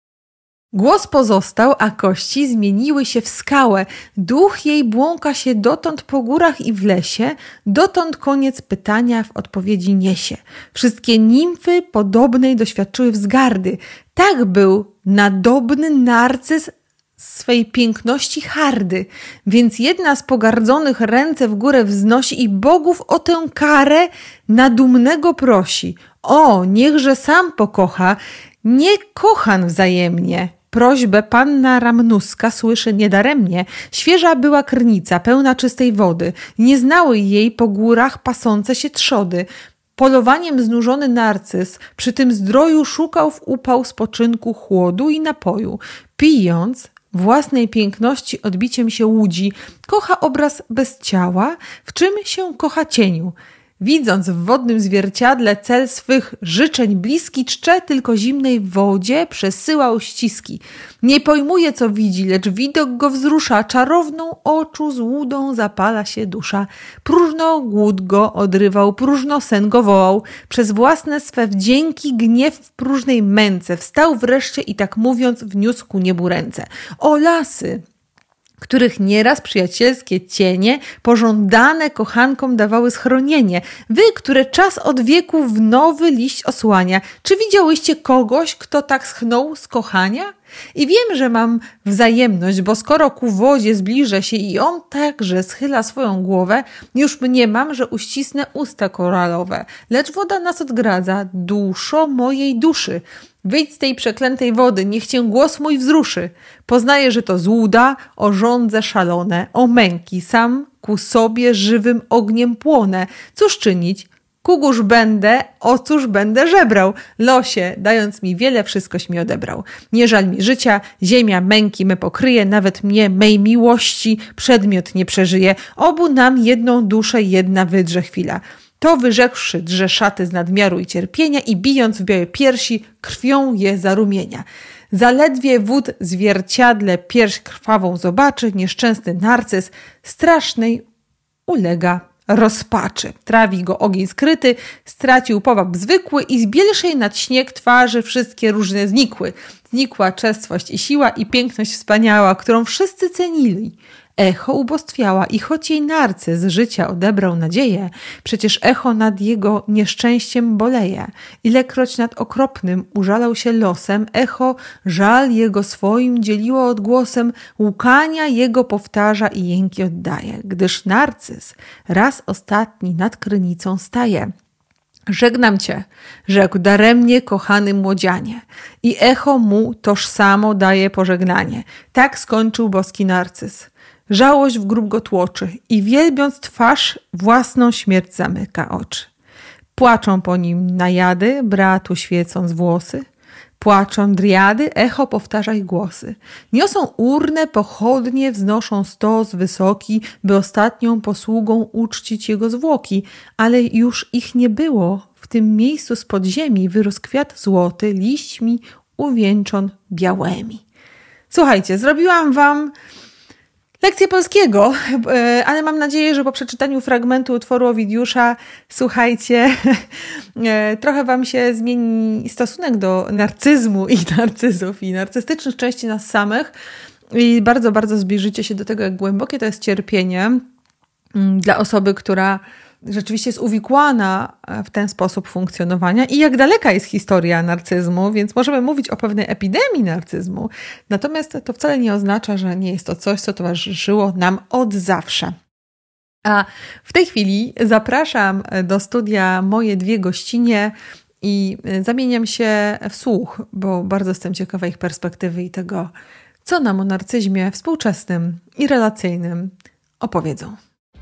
Głos pozostał, a kości zmieniły się w skałę. Duch jej błąka się dotąd po górach i w lesie, dotąd koniec pytania w odpowiedzi niesie. Wszystkie nimfy podobnej doświadczyły wzgardy. Tak był nadobny Narcyz swej piękności hardy, więc jedna z pogardzonych ręce w górę wznosi i bogów o tę karę nadumnego prosi. O, niechże sam pokocha, nie kochan wzajemnie. Prośbę panna Ramnuska słyszy niedaremnie. Świeża była krnica, pełna czystej wody. Nie znały jej po górach pasące się trzody. Polowaniem znużony Narcyz przy tym zdroju szukał w upał spoczynku, chłodu i napoju. Pijąc, własnej piękności odbiciem się łudzi. Kocha obraz bez ciała, w czym się kocha cieniu. Widząc w wodnym zwierciadle cel swych życzeń bliski, czcze tylko zimnej wodzie przesyłał ściski. Nie pojmuje, co widzi, lecz widok go wzrusza, czarowną oczu złudą zapala się dusza. Próżno głód go odrywał, próżno sen go wołał. Przez własne swe wdzięki gniew w próżnej męce wstał wreszcie i tak mówiąc wniósł ku niebu ręce. O lasy! Których nieraz przyjacielskie cienie pożądane kochankom dawały schronienie. Wy, które czas od wieku w nowy liść osłania, czy widziałyście kogoś, kto tak schnął z kochania? I wiem, że mam wzajemność, bo skoro ku wodzie zbliżę się i on także schyla swoją głowę, już mniemam, że uścisnę usta koralowe. Lecz woda nas odgradza, duszo mojej duszy. Wyjdź z tej przeklętej wody, niech cię głos mój wzruszy. Poznaję, że to złuda, o żądze szalone, o męki, sam ku sobie żywym ogniem płonę. Cóż czynić? Kugóż będę, o cóż będę żebrał? Losie, dając mi wiele, wszystkoś mi odebrał. Nie żal mi życia, ziemia męki me pokryje, nawet mnie, mej miłości, przedmiot nie przeżyje. Obu nam jedną duszę, jedna wydrze chwila. To wyrzekłszy, drze szaty z nadmiaru i cierpienia i bijąc w białe piersi, krwią je zarumienia. Zaledwie wód zwierciadle pierś krwawą zobaczy, nieszczęsny Narcyz strasznej ulega rozpaczy. Trawi go ogień skryty, stracił powab zwykły i z bielszej nad śnieg twarzy wszystkie różne znikły. Znikła czestwość i siła i piękność wspaniała, którą wszyscy cenili. Echo ubóstwiała i choć jej Narcyz z życia odebrał nadzieję, przecież echo nad jego nieszczęściem boleje. Ilekroć nad okropnym użalał się losem, echo żal jego swoim dzieliło odgłosem, łkania jego powtarza i jęki oddaje, gdyż Narcyz raz ostatni nad krynicą staje. Żegnam cię, rzekł daremnie kochany młodzianie i echo mu tożsamo daje pożegnanie. Tak skończył boski Narcyz. Żałość w grób go tłoczy i wielbiąc twarz własną śmierć zamyka oczy. Płaczą po nim najady, bratu świecąc włosy. Płaczą driady, echo powtarza ich głosy. Niosą urnę, pochodnie, wznoszą stos wysoki, by ostatnią posługą uczcić jego zwłoki. Ale już ich nie było. W tym miejscu z podziemi wyrósł kwiat złoty, liśćmi uwieńczon białymi. Słuchajcie, zrobiłam wam lekcję polskiego, ale mam nadzieję, że po przeczytaniu fragmentu utworu Owidiusza, słuchajcie, trochę wam się zmieni stosunek do narcyzmu i narcyzów i narcystycznych części nas samych i bardzo, bardzo zbliżycie się do tego, jak głębokie to jest cierpienie dla osoby, która rzeczywiście jest uwikłana w ten sposób funkcjonowania i jak daleka jest historia narcyzmu, więc możemy mówić o pewnej epidemii narcyzmu. Natomiast to wcale nie oznacza, że nie jest to coś, co towarzyszyło nam od zawsze. A w tej chwili zapraszam do studia moje dwie gościnie i zamieniam się w słuch, bo bardzo jestem ciekawa ich perspektywy i tego, co nam o narcyzmie współczesnym i relacyjnym opowiedzą.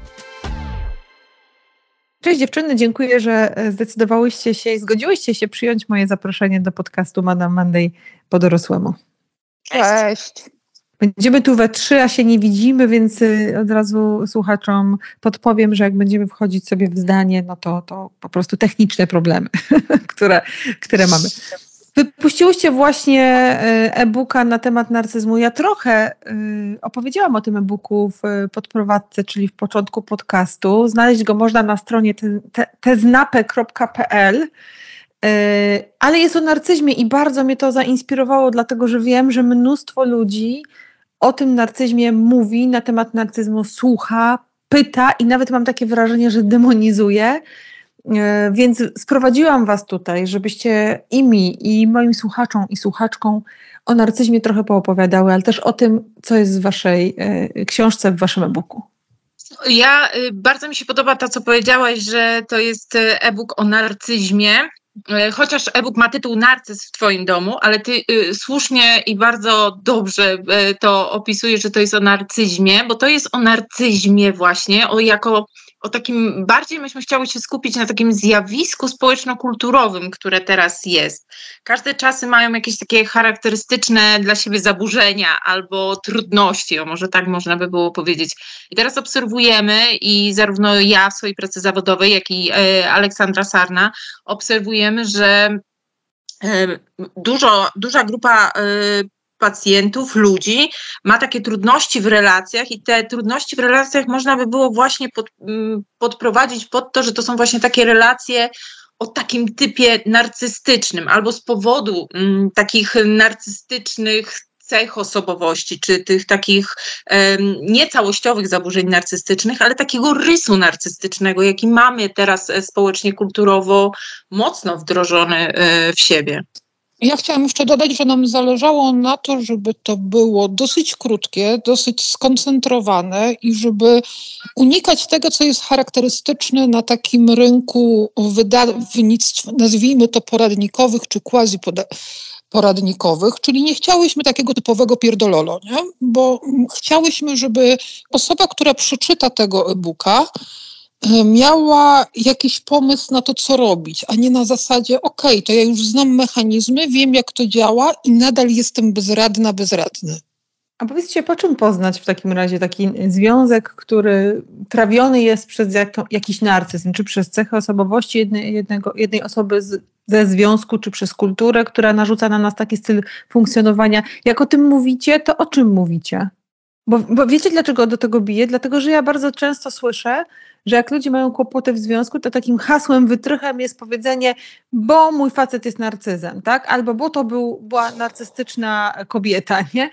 Cześć dziewczyny, dziękuję, że zdecydowałyście się i zgodziłyście się przyjąć moje zaproszenie do podcastu Madame Monday po dorosłemu. Cześć. Będziemy tu we trzy, a się nie widzimy, więc od razu słuchaczom podpowiem, że jak będziemy wchodzić sobie w zdanie, no to po prostu techniczne problemy, które mamy. Wypuściłyście właśnie e-booka na temat narcyzmu. Ja trochę opowiedziałam o tym e-booku w podprowadzce, czyli w początku podcastu. Znaleźć go można na stronie teznape.pl, ale jest o narcyzmie i bardzo mnie to zainspirowało, dlatego że wiem, że mnóstwo ludzi o tym narcyzmie mówi, na temat narcyzmu słucha, pyta i nawet mam takie wrażenie, że demonizuje. Więc sprowadziłam was tutaj, żebyście i mi, i moim słuchaczom i słuchaczkom o narcyzmie trochę poopowiadały, ale też o tym, co jest w waszej książce, w waszym e-booku. Bardzo mi się podoba to, co powiedziałaś, że to jest e-book o narcyzmie, chociaż e-book ma tytuł Narcyz w twoim domu, ale ty słusznie i bardzo dobrze to opisujesz, że to jest o narcyzmie, bo to jest o narcyzmie właśnie, o takim, bardziej myśmy chciały się skupić na takim zjawisku społeczno-kulturowym, które teraz jest. Każde czasy mają jakieś takie charakterystyczne dla siebie zaburzenia albo trudności, może tak można by było powiedzieć. I teraz obserwujemy i zarówno ja w swojej pracy zawodowej, jak i Aleksandra Sarna obserwujemy, że duża grupa pacjentów, ludzi ma takie trudności w relacjach i te trudności w relacjach można by było właśnie podprowadzić pod to, że to są właśnie takie relacje o takim typie narcystycznym albo z powodu takich narcystycznych cech osobowości, czy tych takich niecałościowych zaburzeń narcystycznych, ale takiego rysu narcystycznego, jaki mamy teraz społecznie, kulturowo mocno wdrożony w siebie. Ja chciałam jeszcze dodać, że nam zależało na to, żeby to było dosyć krótkie, dosyć skoncentrowane i żeby unikać tego, co jest charakterystyczne na takim rynku wydawnictw, nazwijmy to poradnikowych czy quasi-poradnikowych, czyli nie chciałyśmy takiego typowego pierdololo, nie? Bo chciałyśmy, żeby osoba, która przeczyta tego e-booka, miała jakiś pomysł na to, co robić, a nie na zasadzie to ja już znam mechanizmy, wiem jak to działa i nadal jestem bezradny. A powiedzcie, po czym poznać w takim razie taki związek, który trawiony jest przez jakiś narcyzm, czy przez cechę osobowości jednej osoby ze związku, czy przez kulturę, która narzuca na nas taki styl funkcjonowania. Jak o tym mówicie, to o czym mówicie? Bo wiecie, dlaczego do tego biję? Dlatego, że ja bardzo często słyszę, że jak ludzie mają kłopoty w związku, to takim hasłem, wytrychem jest powiedzenie, bo mój facet jest narcyzem, tak? Albo bo to była narcystyczna kobieta, nie?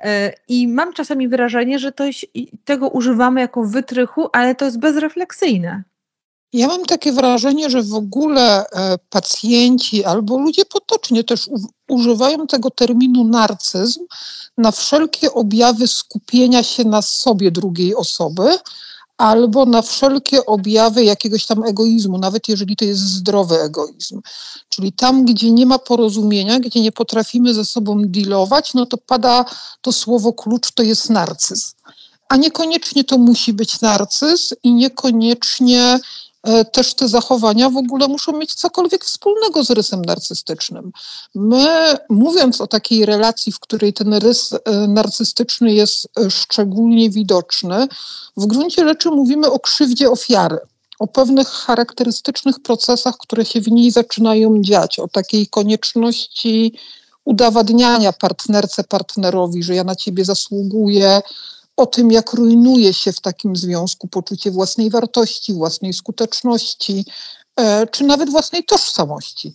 I mam czasami wrażenie, że tego używamy jako wytrychu, ale to jest bezrefleksyjne. Ja mam takie wrażenie, że w ogóle pacjenci albo ludzie potocznie też używają tego terminu narcyzm na wszelkie objawy skupienia się na sobie drugiej osoby albo na wszelkie objawy jakiegoś tam egoizmu, nawet jeżeli to jest zdrowy egoizm. Czyli tam, gdzie nie ma porozumienia, gdzie nie potrafimy ze sobą dealować, no to pada to słowo klucz, to jest narcyzm. A niekoniecznie to musi być narcyzm i niekoniecznie też te zachowania w ogóle muszą mieć cokolwiek wspólnego z rysem narcystycznym. My, mówiąc o takiej relacji, w której ten rys narcystyczny jest szczególnie widoczny, w gruncie rzeczy mówimy o krzywdzie ofiary, o pewnych charakterystycznych procesach, które się w niej zaczynają dziać, o takiej konieczności udowadniania partnerce, partnerowi, że ja na ciebie zasługuję, o tym, jak rujnuje się w takim związku poczucie własnej wartości, własnej skuteczności, czy nawet własnej tożsamości.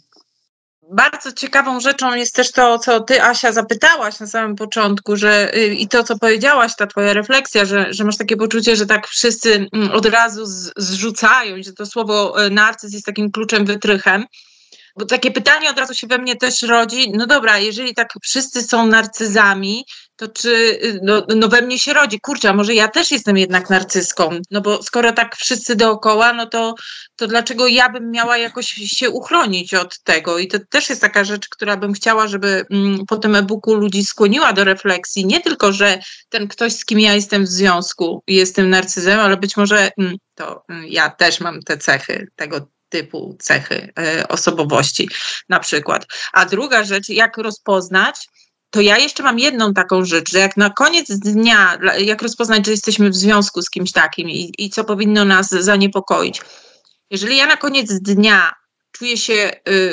Bardzo ciekawą rzeczą jest też to, co ty, Asia, zapytałaś na samym początku, i to, co powiedziałaś, ta twoja refleksja, że masz takie poczucie, że tak wszyscy od razu zrzucają, że to słowo narcyz jest takim kluczem, wytrychem. Bo takie pytanie od razu się we mnie też rodzi, no dobra, jeżeli tak wszyscy są narcyzami, to czy we mnie się rodzi, kurczę, a może ja też jestem jednak narcyską, no bo skoro tak wszyscy dookoła, no to dlaczego ja bym miała jakoś się uchronić od tego? I to też jest taka rzecz, która bym chciała, żeby po tym e-booku ludzi skłoniła do refleksji, nie tylko, że ten ktoś, z kim ja jestem w związku, jestem narcyzem, ale być może to ja też mam te cechy, tego typu cechy osobowości na przykład. A druga rzecz, jak rozpoznać, to ja jeszcze mam jedną taką rzecz, że jak na koniec dnia, jak rozpoznać, że jesteśmy w związku z kimś takim i co powinno nas zaniepokoić. Jeżeli ja na koniec dnia czuję się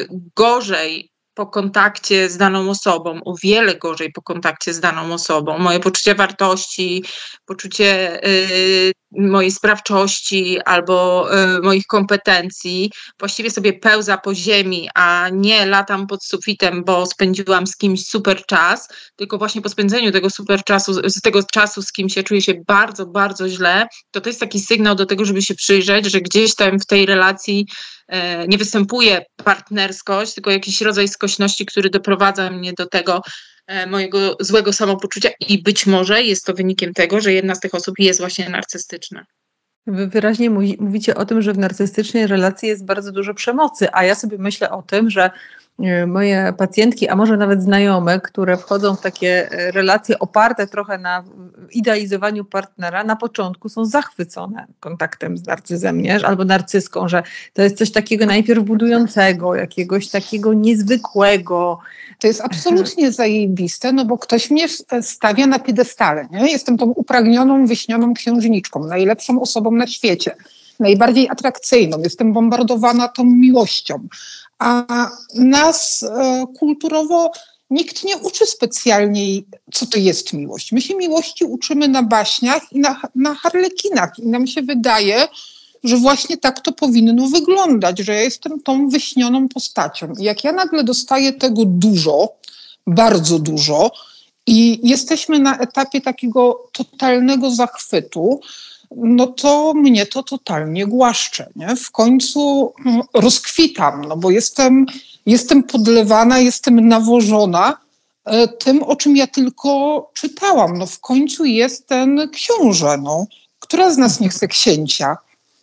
gorzej po kontakcie z daną osobą, o wiele gorzej po kontakcie z daną osobą, moje poczucie wartości, poczucie mojej sprawczości albo moich kompetencji właściwie sobie pełza po ziemi, a nie latam pod sufitem, bo spędziłam z kimś super czas, tylko właśnie po spędzeniu tego super czasu, z tego czasu z kimś ja czuję się bardzo, bardzo źle, to jest taki sygnał do tego, żeby się przyjrzeć, że gdzieś tam w tej relacji nie występuje partnerskość, tylko jakiś rodzaj skośności, który doprowadza mnie do tego mojego złego samopoczucia i być może jest to wynikiem tego, że jedna z tych osób jest właśnie narcystyczna. Wy wyraźnie mówicie o tym, że w narcystycznej relacji jest bardzo dużo przemocy, a ja sobie myślę o tym, że moje pacjentki, a może nawet znajome, które wchodzą w takie relacje oparte trochę na idealizowaniu partnera, na początku są zachwycone kontaktem z narcyzem, nie? Albo narcyską, że to jest coś takiego najpierw budującego, jakiegoś takiego niezwykłego. To jest absolutnie zajebiste, no bo ktoś mnie stawia na piedestale, nie? Jestem tą upragnioną, wyśnioną księżniczką, najlepszą osobą na świecie, najbardziej atrakcyjną, jestem bombardowana tą miłością. A nas kulturowo nikt nie uczy specjalnie, co to jest miłość. My się miłości uczymy na baśniach i na harlekinach. I nam się wydaje, że właśnie tak to powinno wyglądać, że ja jestem tą wyśnioną postacią. I jak ja nagle dostaję tego dużo, bardzo dużo i jesteśmy na etapie takiego totalnego zachwytu, no to mnie to totalnie głaszcze, nie? W końcu rozkwitam, no bo jestem podlewana, jestem nawożona tym, o czym ja tylko czytałam. No w końcu jest ten książę, no. Która z nas nie chce księcia?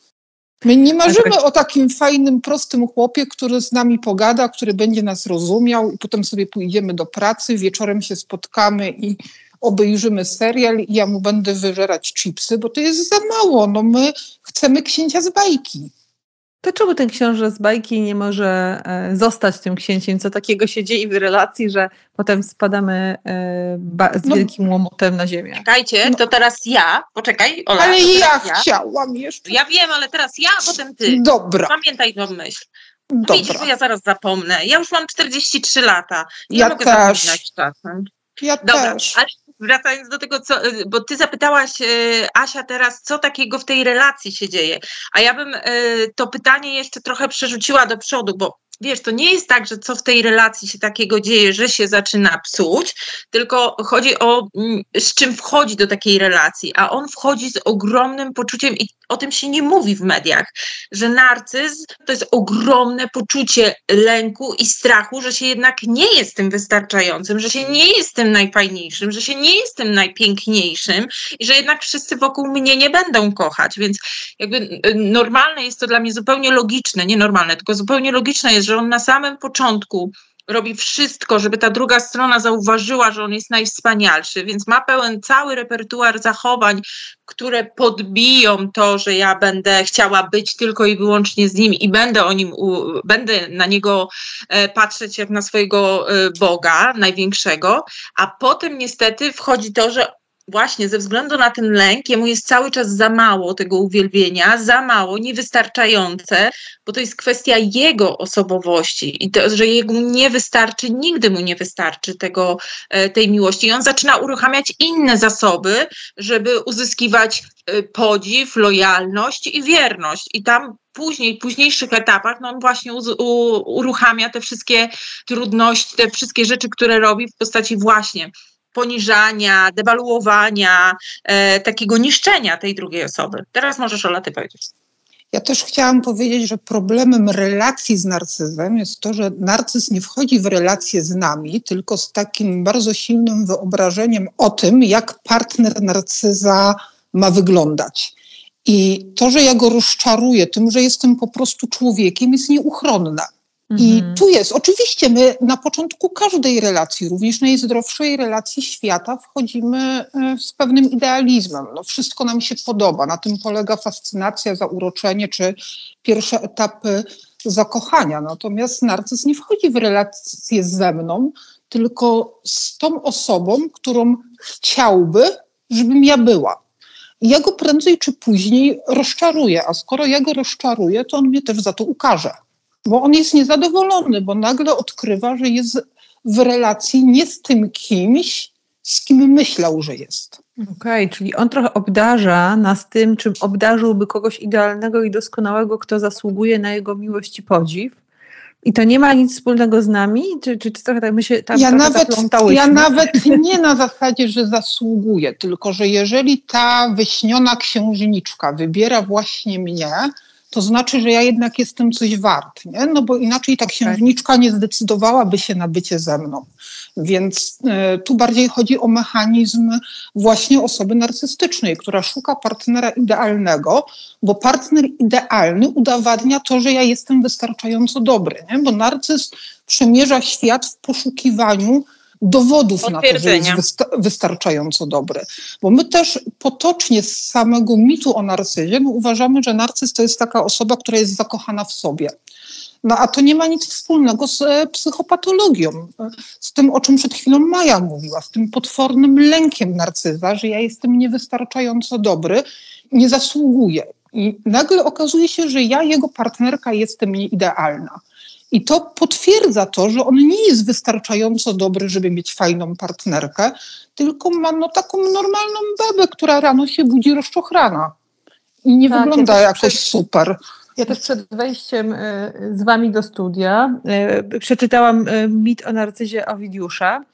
My nie marzymy o takim fajnym, prostym chłopie, który z nami pogada, który będzie nas rozumiał i potem sobie pójdziemy do pracy, wieczorem się spotkamy i obejrzymy serial i ja mu będę wyżerać chipsy, bo to jest za mało. No my chcemy księcia z bajki. To czemu ten książę z bajki nie może zostać tym księciem? Co takiego się dzieje w relacji, że potem spadamy z wielkim łomotem na ziemię? Czekajcie, to teraz ja. Poczekaj, Ola. Ale ja chciałam jeszcze. Ja wiem, ale teraz ja, a potem ty. Dobra. Pamiętaj tą myśl. Dobra. Widzisz, bo ja zaraz zapomnę. Ja już mam 43 lata. Ja mogę też. zapominać czasem. Ja Dobra, też. ale wracając do tego, bo ty zapytałaś, Asia, teraz, co takiego w tej relacji się dzieje. A ja bym to pytanie jeszcze trochę przerzuciła do przodu, bo wiesz, to nie jest tak, że co w tej relacji się takiego dzieje, że się zaczyna psuć, tylko chodzi o z czym wchodzi do takiej relacji, a on wchodzi z ogromnym poczuciem i o tym się nie mówi w mediach, że narcyzm to jest ogromne poczucie lęku i strachu, że się jednak nie jest tym wystarczającym, że się nie jest tym najfajniejszym, że się nie jest tym najpiękniejszym i że jednak wszyscy wokół mnie nie będą kochać, więc jakby normalne jest to dla mnie zupełnie logiczne, nie normalne, tylko zupełnie logiczne jest, że on na samym początku robi wszystko, żeby ta druga strona zauważyła, że on jest najwspanialszy, więc ma pełen cały repertuar zachowań, które podbiją to, że ja będę chciała być tylko i wyłącznie z nim i będę na niego patrzeć jak na swojego Boga największego, a potem niestety wchodzi to, że właśnie ze względu na ten lęk jemu jest cały czas za mało tego uwielbienia, za mało, niewystarczające, bo to jest kwestia jego osobowości i to, że jego nie wystarczy, nigdy mu nie wystarczy tej miłości. I on zaczyna uruchamiać inne zasoby, żeby uzyskiwać podziw, lojalność i wierność. I tam w późniejszych etapach on właśnie uruchamia te wszystkie trudności, te wszystkie rzeczy, które robi w postaci właśnie poniżania, dewaluowania, takiego niszczenia tej drugiej osoby. Teraz możesz, Ola, ty powiedzieć. Ja też chciałam powiedzieć, że problemem relacji z narcyzem jest to, że narcyz nie wchodzi w relację z nami, tylko z takim bardzo silnym wyobrażeniem o tym, jak partner narcyza ma wyglądać. I to, że ja go rozczaruję tym, że jestem po prostu człowiekiem, jest nieuchronne. I tu jest, oczywiście my na początku każdej relacji, również najzdrowszej relacji świata, wchodzimy z pewnym idealizmem. No, wszystko nam się podoba, na tym polega fascynacja, zauroczenie czy pierwsze etapy zakochania. Natomiast narcyz nie wchodzi w relację ze mną, tylko z tą osobą, którą chciałby, żebym ja była. I ja go prędzej czy później rozczaruję, a skoro ja go rozczaruję, to on mnie też za to ukarze. Bo on jest niezadowolony, bo nagle odkrywa, że jest w relacji nie z tym kimś, z kim myślał, że jest. Okej, czyli on trochę obdarza nas tym, czym obdarzyłby kogoś idealnego i doskonałego, kto zasługuje na jego miłość i podziw. I to nie ma nic wspólnego z nami? Czy trochę tak my się tam zaplątałyśmy? Ja nawet nie na zasadzie, że zasługuje, tylko że jeżeli ta wyśniona księżniczka wybiera właśnie mnie, to znaczy, że ja jednak jestem coś wart, nie? No bo inaczej ta księżniczka nie zdecydowałaby się na bycie ze mną. Więc tu bardziej chodzi o mechanizm właśnie osoby narcystycznej, która szuka partnera idealnego, bo partner idealny udowadnia to, że ja jestem wystarczająco dobry, nie? Bo narcyz przemierza świat w poszukiwaniu dowodów na to, że jest wystarczająco dobry. Bo my też potocznie z samego mitu o narcyzie uważamy, że narcyz to jest taka osoba, która jest zakochana w sobie. No a to nie ma nic wspólnego z psychopatologią, z tym, o czym przed chwilą Maja mówiła, z tym potwornym lękiem narcyza, że ja jestem niewystarczająco dobry, nie zasługuję. I nagle okazuje się, że ja, jego partnerka, jestem nieidealna. I to potwierdza to, że on nie jest wystarczająco dobry, żeby mieć fajną partnerkę, tylko ma taką normalną babę, która rano się budzi rozczochrana i nie wygląda jakoś super. Ja też przed wejściem z wami do studia przeczytałam mit o narcyzie Owidiusza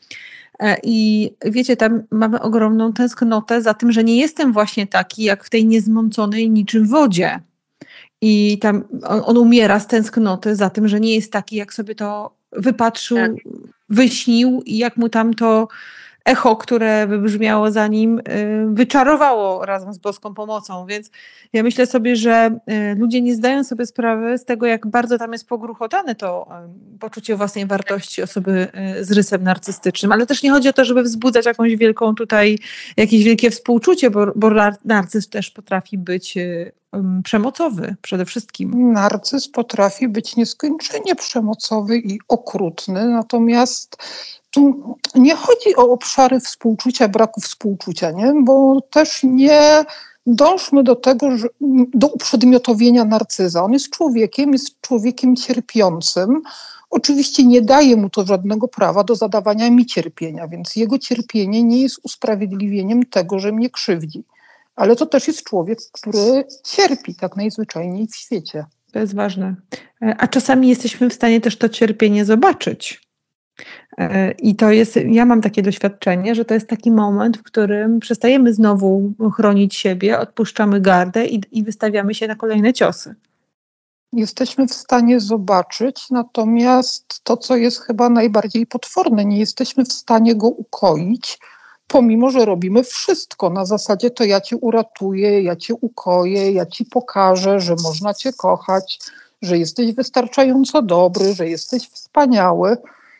i wiecie, tam mamy ogromną tęsknotę za tym, że nie jestem właśnie taki jak w tej niezmąconej niczym wodzie. I tam on umiera z tęsknoty za tym, że nie jest taki, jak sobie to wypatrzył, wyśnił i jak mu tam to echo, które wybrzmiało za nim, wyczarowało razem z boską pomocą, więc ja myślę sobie, że ludzie nie zdają sobie sprawy z tego, jak bardzo tam jest pogruchotane to poczucie własnej wartości osoby z rysem narcystycznym, ale też nie chodzi o to, żeby wzbudzać jakąś wielką tutaj, jakieś wielkie współczucie, bo narcyz też potrafi być przemocowy przede wszystkim. Narcyz potrafi być nieskończenie przemocowy i okrutny, natomiast tu nie chodzi o obszary współczucia, braku współczucia, nie? Bo też nie dążmy do tego, do uprzedmiotowienia narcyza. On jest człowiekiem cierpiącym. Oczywiście nie daje mu to żadnego prawa do zadawania mi cierpienia, więc jego cierpienie nie jest usprawiedliwieniem tego, że mnie krzywdzi. Ale to też jest człowiek, który cierpi tak najzwyczajniej w świecie. To jest ważne. A czasami jesteśmy w stanie też to cierpienie zobaczyć. I to jest, ja mam takie doświadczenie, że to jest taki moment, w którym przestajemy znowu chronić siebie, odpuszczamy gardę i wystawiamy się na kolejne ciosy. Jesteśmy w stanie zobaczyć, natomiast to, co jest chyba najbardziej potworne, nie jesteśmy w stanie go ukoić, pomimo że robimy wszystko. Na zasadzie to ja cię uratuję, ja cię ukoję, ja ci pokażę, że można cię kochać, że jesteś wystarczająco dobry, że jesteś wspaniały.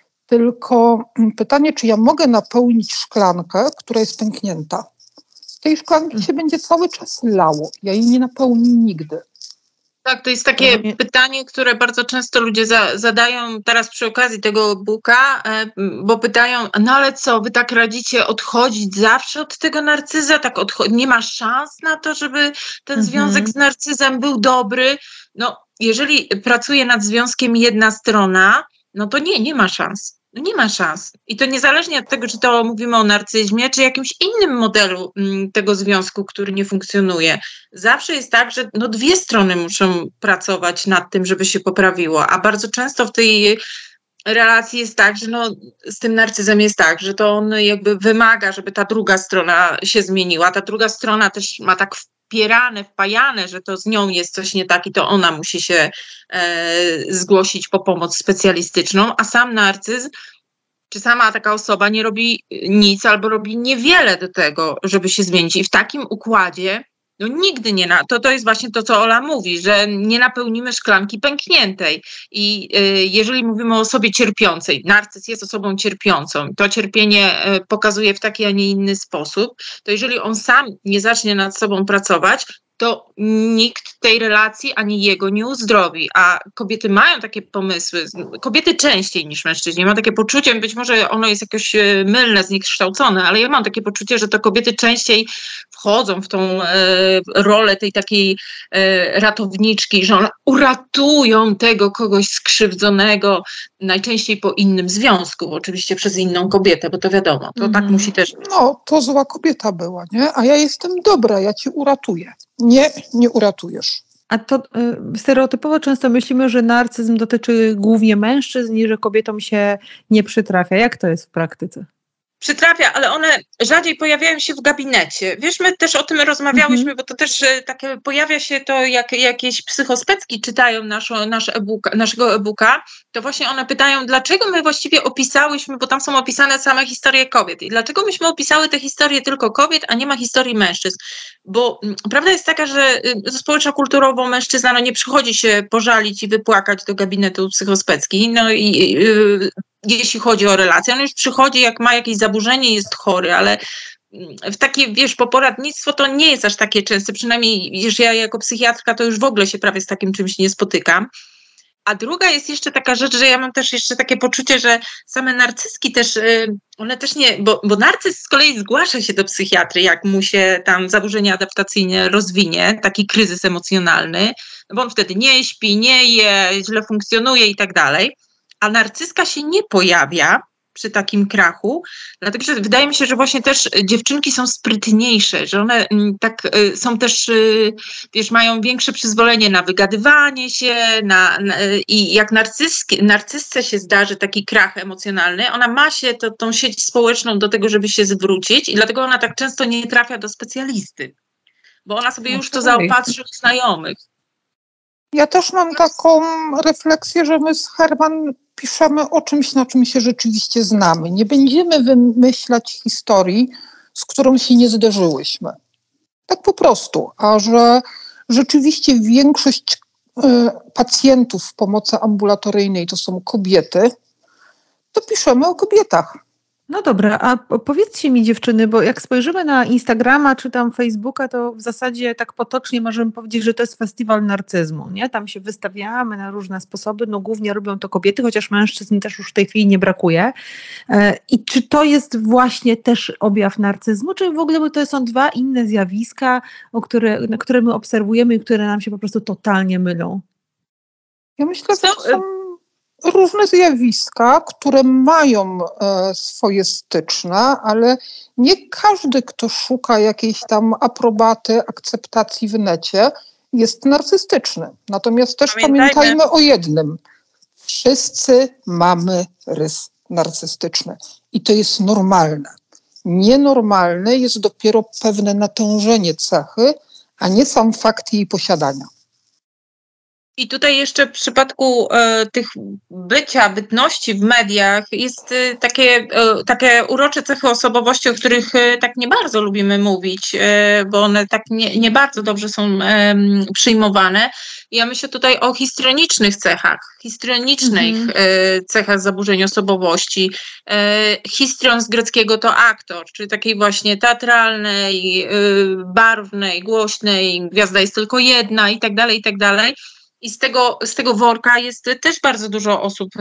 Tylko pytanie, czy ja mogę napełnić szklankę, która jest pęknięta. Z tej szklanki się będzie cały czas lało. Ja jej nie napełnię nigdy. Tak, to jest takie pytanie, które bardzo często ludzie zadają teraz przy okazji tego e-booka, bo pytają, no ale co, wy tak radzicie odchodzić zawsze od tego narcyza? Tak nie ma szans na to, żeby ten związek z narcyzem był dobry? No, jeżeli pracuje nad związkiem jedna strona, no to nie ma szans. Nie ma szans. I to niezależnie od tego, czy to mówimy o narcyzmie, czy jakimś innym modelu tego związku, który nie funkcjonuje. Zawsze jest tak, że dwie strony muszą pracować nad tym, żeby się poprawiło, a bardzo często w tej relacji jest tak, że z tym narcyzem jest tak, że to on jakby wymaga, żeby ta druga strona się zmieniła. Ta druga strona też ma tak wpajane, że to z nią jest coś nie tak i to ona musi się zgłosić po pomoc specjalistyczną, a sam narcyz czy sama taka osoba nie robi nic albo robi niewiele do tego, żeby się zmienić. I w takim układzie nigdy nie, to jest właśnie to, co Ola mówi, że nie napełnimy szklanki pękniętej. I jeżeli mówimy o osobie cierpiącej, narcyz jest osobą cierpiącą, to cierpienie pokazuje w taki, a nie inny sposób, to jeżeli on sam nie zacznie nad sobą pracować, to nikt tej relacji ani jego nie uzdrowi. A kobiety mają takie pomysły, kobiety częściej niż mężczyźni. Mam takie poczucie, być może ono jest jakoś mylne, zniekształcone, ale ja mam takie poczucie, że to kobiety częściej wchodzą w tą rolę tej takiej ratowniczki, że one uratują tego kogoś skrzywdzonego, najczęściej po innym związku, oczywiście przez inną kobietę, bo to wiadomo, to tak musi też być. No, to zła kobieta była, nie? A ja jestem dobra, ja cię uratuję. Nie uratujesz. A to stereotypowo często myślimy, że narcyzm dotyczy głównie mężczyzn i że kobietom się nie przytrafia. Jak to jest w praktyce? Przytrafia, ale one rzadziej pojawiają się w gabinecie. Wiesz, my też o tym rozmawiałyśmy, bo to też takie pojawia się to, jak jakieś psychospecki czytają naszego e-booka, to właśnie one pytają, dlaczego my właściwie opisałyśmy, bo tam są opisane same historie kobiet i dlaczego myśmy opisały te historie tylko kobiet, a nie ma historii mężczyzn. Bo prawda jest taka, że społeczno-kulturowo mężczyzna nie przychodzi się pożalić i wypłakać do gabinetu psychospecki, jeśli chodzi o relacje. On już przychodzi, jak ma jakieś zaburzenie, jest chory, ale w takie, po poradnictwo to nie jest aż takie częste, przynajmniej ja jako psychiatrka to już w ogóle się prawie z takim czymś nie spotykam. A druga jest jeszcze taka rzecz, że ja mam też jeszcze takie poczucie, że same narcyzki też, one też nie, bo narcyz z kolei zgłasza się do psychiatry, jak mu się tam zaburzenie adaptacyjne rozwinie, taki kryzys emocjonalny, bo on wtedy nie śpi, nie je, źle funkcjonuje i tak dalej. A narcyzka się nie pojawia przy takim krachu, dlatego że wydaje mi się, że właśnie też dziewczynki są sprytniejsze, że one tak są też, mają większe przyzwolenie na wygadywanie się, i jak narcyzce się zdarzy taki krach emocjonalny, ona ma się tą sieć społeczną do tego, żeby się zwrócić i dlatego ona tak często nie trafia do specjalisty, bo ona sobie już to zaopatrzy u znajomych. Ja też mam taką refleksję, że my z Herman piszemy o czymś, na czym się rzeczywiście znamy. Nie będziemy wymyślać historii, z którą się nie zderzyłyśmy. Tak po prostu. A że rzeczywiście większość pacjentów w pomocy ambulatoryjnej to są kobiety, to piszemy o kobietach. No dobra, a powiedzcie mi dziewczyny, bo jak spojrzymy na Instagrama czy tam Facebooka, to w zasadzie tak potocznie możemy powiedzieć, że to jest festiwal narcyzmu, nie? Tam się wystawiamy na różne sposoby, no głównie robią to kobiety, chociaż mężczyzn też już w tej chwili nie brakuje. I czy to jest właśnie też objaw narcyzmu, czy w ogóle to są dwa inne zjawiska, które my obserwujemy i które nam się po prostu totalnie mylą? Ja myślę, że to są różne zjawiska, które mają swoje styczne, ale nie każdy, kto szuka jakiejś tam aprobaty, akceptacji w necie, jest narcystyczny. Natomiast też pamiętajmy o jednym. Wszyscy mamy rys narcystyczny i to jest normalne. Nienormalne jest dopiero pewne natężenie cechy, a nie sam fakt jej posiadania. I tutaj jeszcze w przypadku tych bytności w mediach jest takie urocze cechy osobowości, o których tak nie bardzo lubimy mówić, bo one tak nie bardzo dobrze są przyjmowane. Ja myślę tutaj o histrionicznych cechach, cechach zaburzeń osobowości. Histrion z greckiego to aktor, czyli takiej właśnie teatralnej, barwnej, głośnej, gwiazda jest tylko jedna i tak dalej, i tak dalej. I z tego worka jest też bardzo dużo osób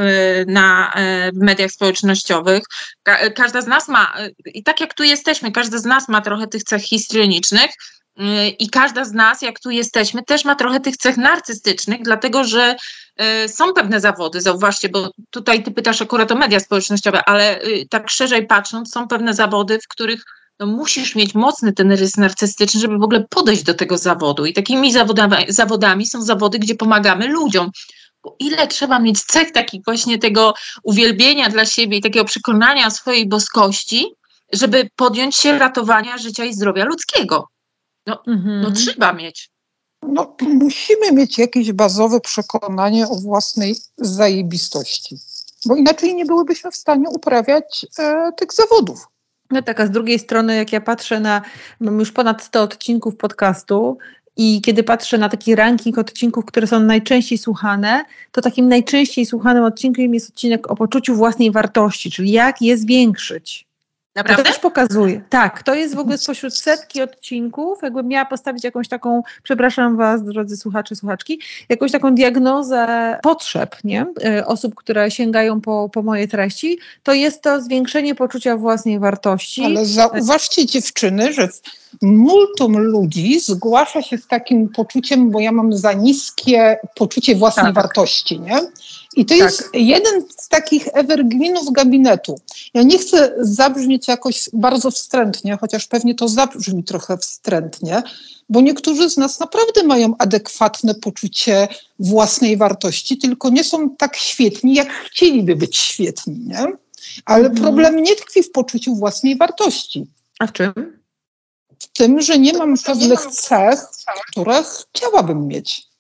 w mediach społecznościowych. Każda z nas ma, i tak jak tu jesteśmy, każda z nas ma trochę tych cech histrionicznych i każda z nas, jak tu jesteśmy, też ma trochę tych cech narcystycznych, dlatego że są pewne zawody, zauważcie, bo tutaj ty pytasz akurat o media społecznościowe, ale tak szerzej patrząc, są pewne zawody, w których musisz mieć mocny ten rys narcystyczny, żeby w ogóle podejść do tego zawodu. I takimi zawodami są zawody, gdzie pomagamy ludziom. Bo ile trzeba mieć cech takich właśnie tego uwielbienia dla siebie i takiego przekonania o swojej boskości, żeby podjąć się ratowania życia i zdrowia ludzkiego. No trzeba mieć. No, musimy mieć jakieś bazowe przekonanie o własnej zajebistości, bo inaczej nie byłybyśmy w stanie uprawiać tych zawodów. No tak, a z drugiej strony, jak ja patrzę mam już ponad 100 odcinków podcastu i kiedy patrzę na taki ranking odcinków, które są najczęściej słuchane, to takim najczęściej słuchanym odcinkiem jest odcinek o poczuciu własnej wartości, czyli jak je zwiększyć. Naprawdę? To też pokazuje. Tak, to jest w ogóle spośród setki odcinków, jakbym miała postawić jakąś taką, przepraszam was, drodzy słuchacze, słuchaczki, jakąś taką diagnozę potrzeb, nie? Osób, które sięgają po moje treści, to jest to zwiększenie poczucia własnej wartości. Ale zauważcie dziewczyny, że multum ludzi zgłasza się z takim poczuciem, bo ja mam za niskie poczucie własnej wartości, nie? I to jest jeden z takich evergreenów gabinetu. Ja nie chcę zabrzmieć jakoś bardzo wstrętnie, chociaż pewnie to zabrzmi trochę wstrętnie, bo niektórzy z nas naprawdę mają adekwatne poczucie własnej wartości, tylko nie są tak świetni, jak chcieliby być świetni, nie? Ale problem nie tkwi w poczuciu własnej wartości. A w czym? W tym, że nie mam pewnych cech, które chciałabym mieć.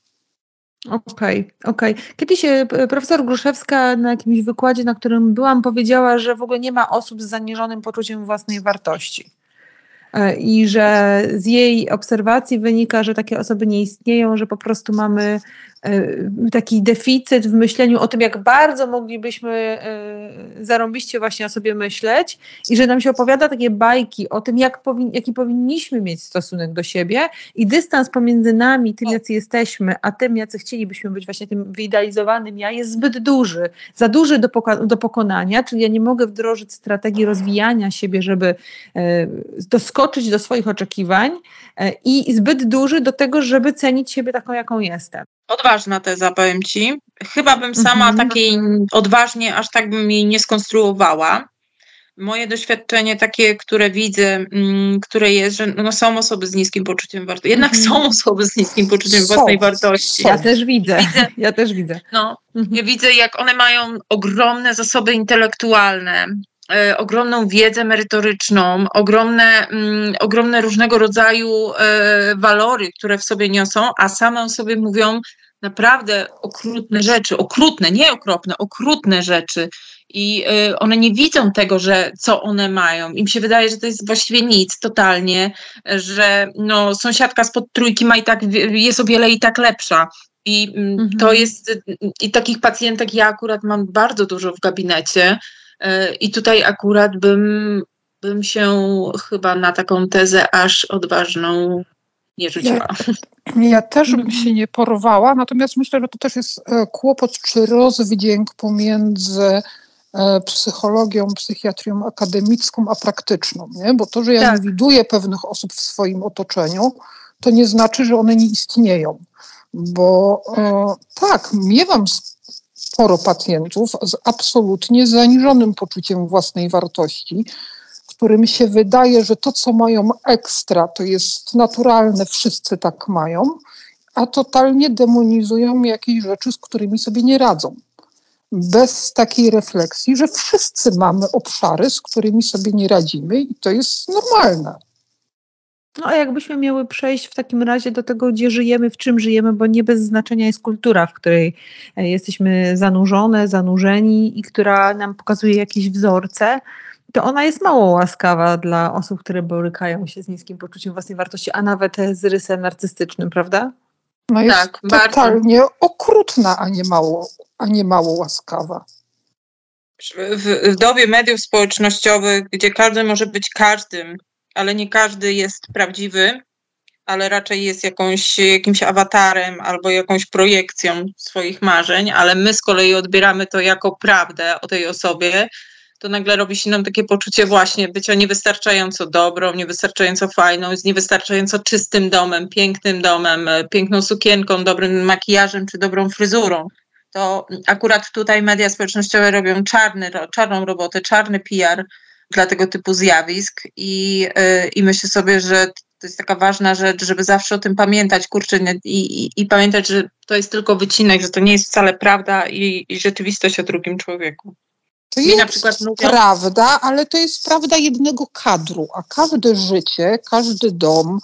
Okej. Kiedyś profesor Gruszewska na jakimś wykładzie, na którym byłam, powiedziała, że w ogóle nie ma osób z zaniżonym poczuciem własnej wartości. I że z jej obserwacji wynika, że takie osoby nie istnieją, że po prostu mamy taki deficyt w myśleniu o tym, jak bardzo moglibyśmy zarąbiście właśnie o sobie myśleć i że nam się opowiada takie bajki o tym, jaki powinniśmy mieć stosunek do siebie i dystans pomiędzy nami, tym jacy jesteśmy, a tym jacy chcielibyśmy być właśnie tym wyidealizowanym ja jest zbyt duży, za duży do pokonania, czyli ja nie mogę wdrożyć strategii rozwijania siebie, żeby doskoczyć do swoich oczekiwań i zbyt duży do tego, żeby cenić siebie taką, jaką jestem. Odważna teza, powiem ci. Chyba bym sama takiej odważnie, aż tak bym jej nie skonstruowała. Moje doświadczenie takie, które widzę, które jest, że są osoby z niskim poczuciem wartości. Jednak są osoby z niskim poczuciem własnej wartości. Ja też widzę. Ja widzę, jak one mają ogromne zasoby intelektualne, ogromną wiedzę merytoryczną, ogromne różnego rodzaju walory, które w sobie niosą, a same o sobie mówią, naprawdę okrutne rzeczy, okrutne, nie okropne, okrutne rzeczy i one nie widzą tego, że co one mają. Im się wydaje, że to jest właściwie nic, totalnie, że no, sąsiadka spod trójki ma i tak, jest o wiele i tak lepsza. I to jest, i takich pacjentek ja akurat mam bardzo dużo w gabinecie i tutaj akurat bym się chyba na taką tezę aż odważną nie rzuciła. Ja też bym się nie porwała, natomiast myślę, że to też jest kłopot czy rozdźwięk pomiędzy psychologią, psychiatrią akademicką, a praktyczną. Nie? Bo to, że ja nie widuję pewnych osób w swoim otoczeniu, to nie znaczy, że one nie istnieją. Bo tak, miewam sporo pacjentów z absolutnie zaniżonym poczuciem własnej wartości, którym się wydaje, że to, co mają ekstra, to jest naturalne, wszyscy tak mają, a totalnie demonizują jakieś rzeczy, z którymi sobie nie radzą. Bez takiej refleksji, że wszyscy mamy obszary, z którymi sobie nie radzimy i to jest normalne. No a jakbyśmy miały przejść w takim razie do tego, gdzie żyjemy, w czym żyjemy, bo nie bez znaczenia jest kultura, w której jesteśmy zanurzeni i która nam pokazuje jakieś wzorce, to ona jest mało łaskawa dla osób, które borykają się z niskim poczuciem własnej wartości, a nawet z rysem narcystycznym, prawda? No jest tak, totalnie okrutna, a nie mało łaskawa. W dobie mediów społecznościowych, gdzie każdy może być każdym, ale nie każdy jest prawdziwy, ale raczej jest jakimś awatarem albo jakąś projekcją swoich marzeń, ale my z kolei odbieramy to jako prawdę o tej osobie, to nagle robi się nam takie poczucie właśnie bycia niewystarczająco dobrą, niewystarczająco fajną, z niewystarczająco czystym domem, piękną sukienką, dobrym makijażem czy dobrą fryzurą. To akurat tutaj media społecznościowe robią czarną robotę, czarny PR dla tego typu zjawisk i myślę sobie, że to jest taka ważna rzecz, żeby zawsze o tym pamiętać, i pamiętać, że to jest tylko wycinek, że to nie jest wcale prawda i rzeczywistość o drugim człowieku. To jest na przykład prawda, ale to jest prawda jednego kadru, a każde życie, każdy dom,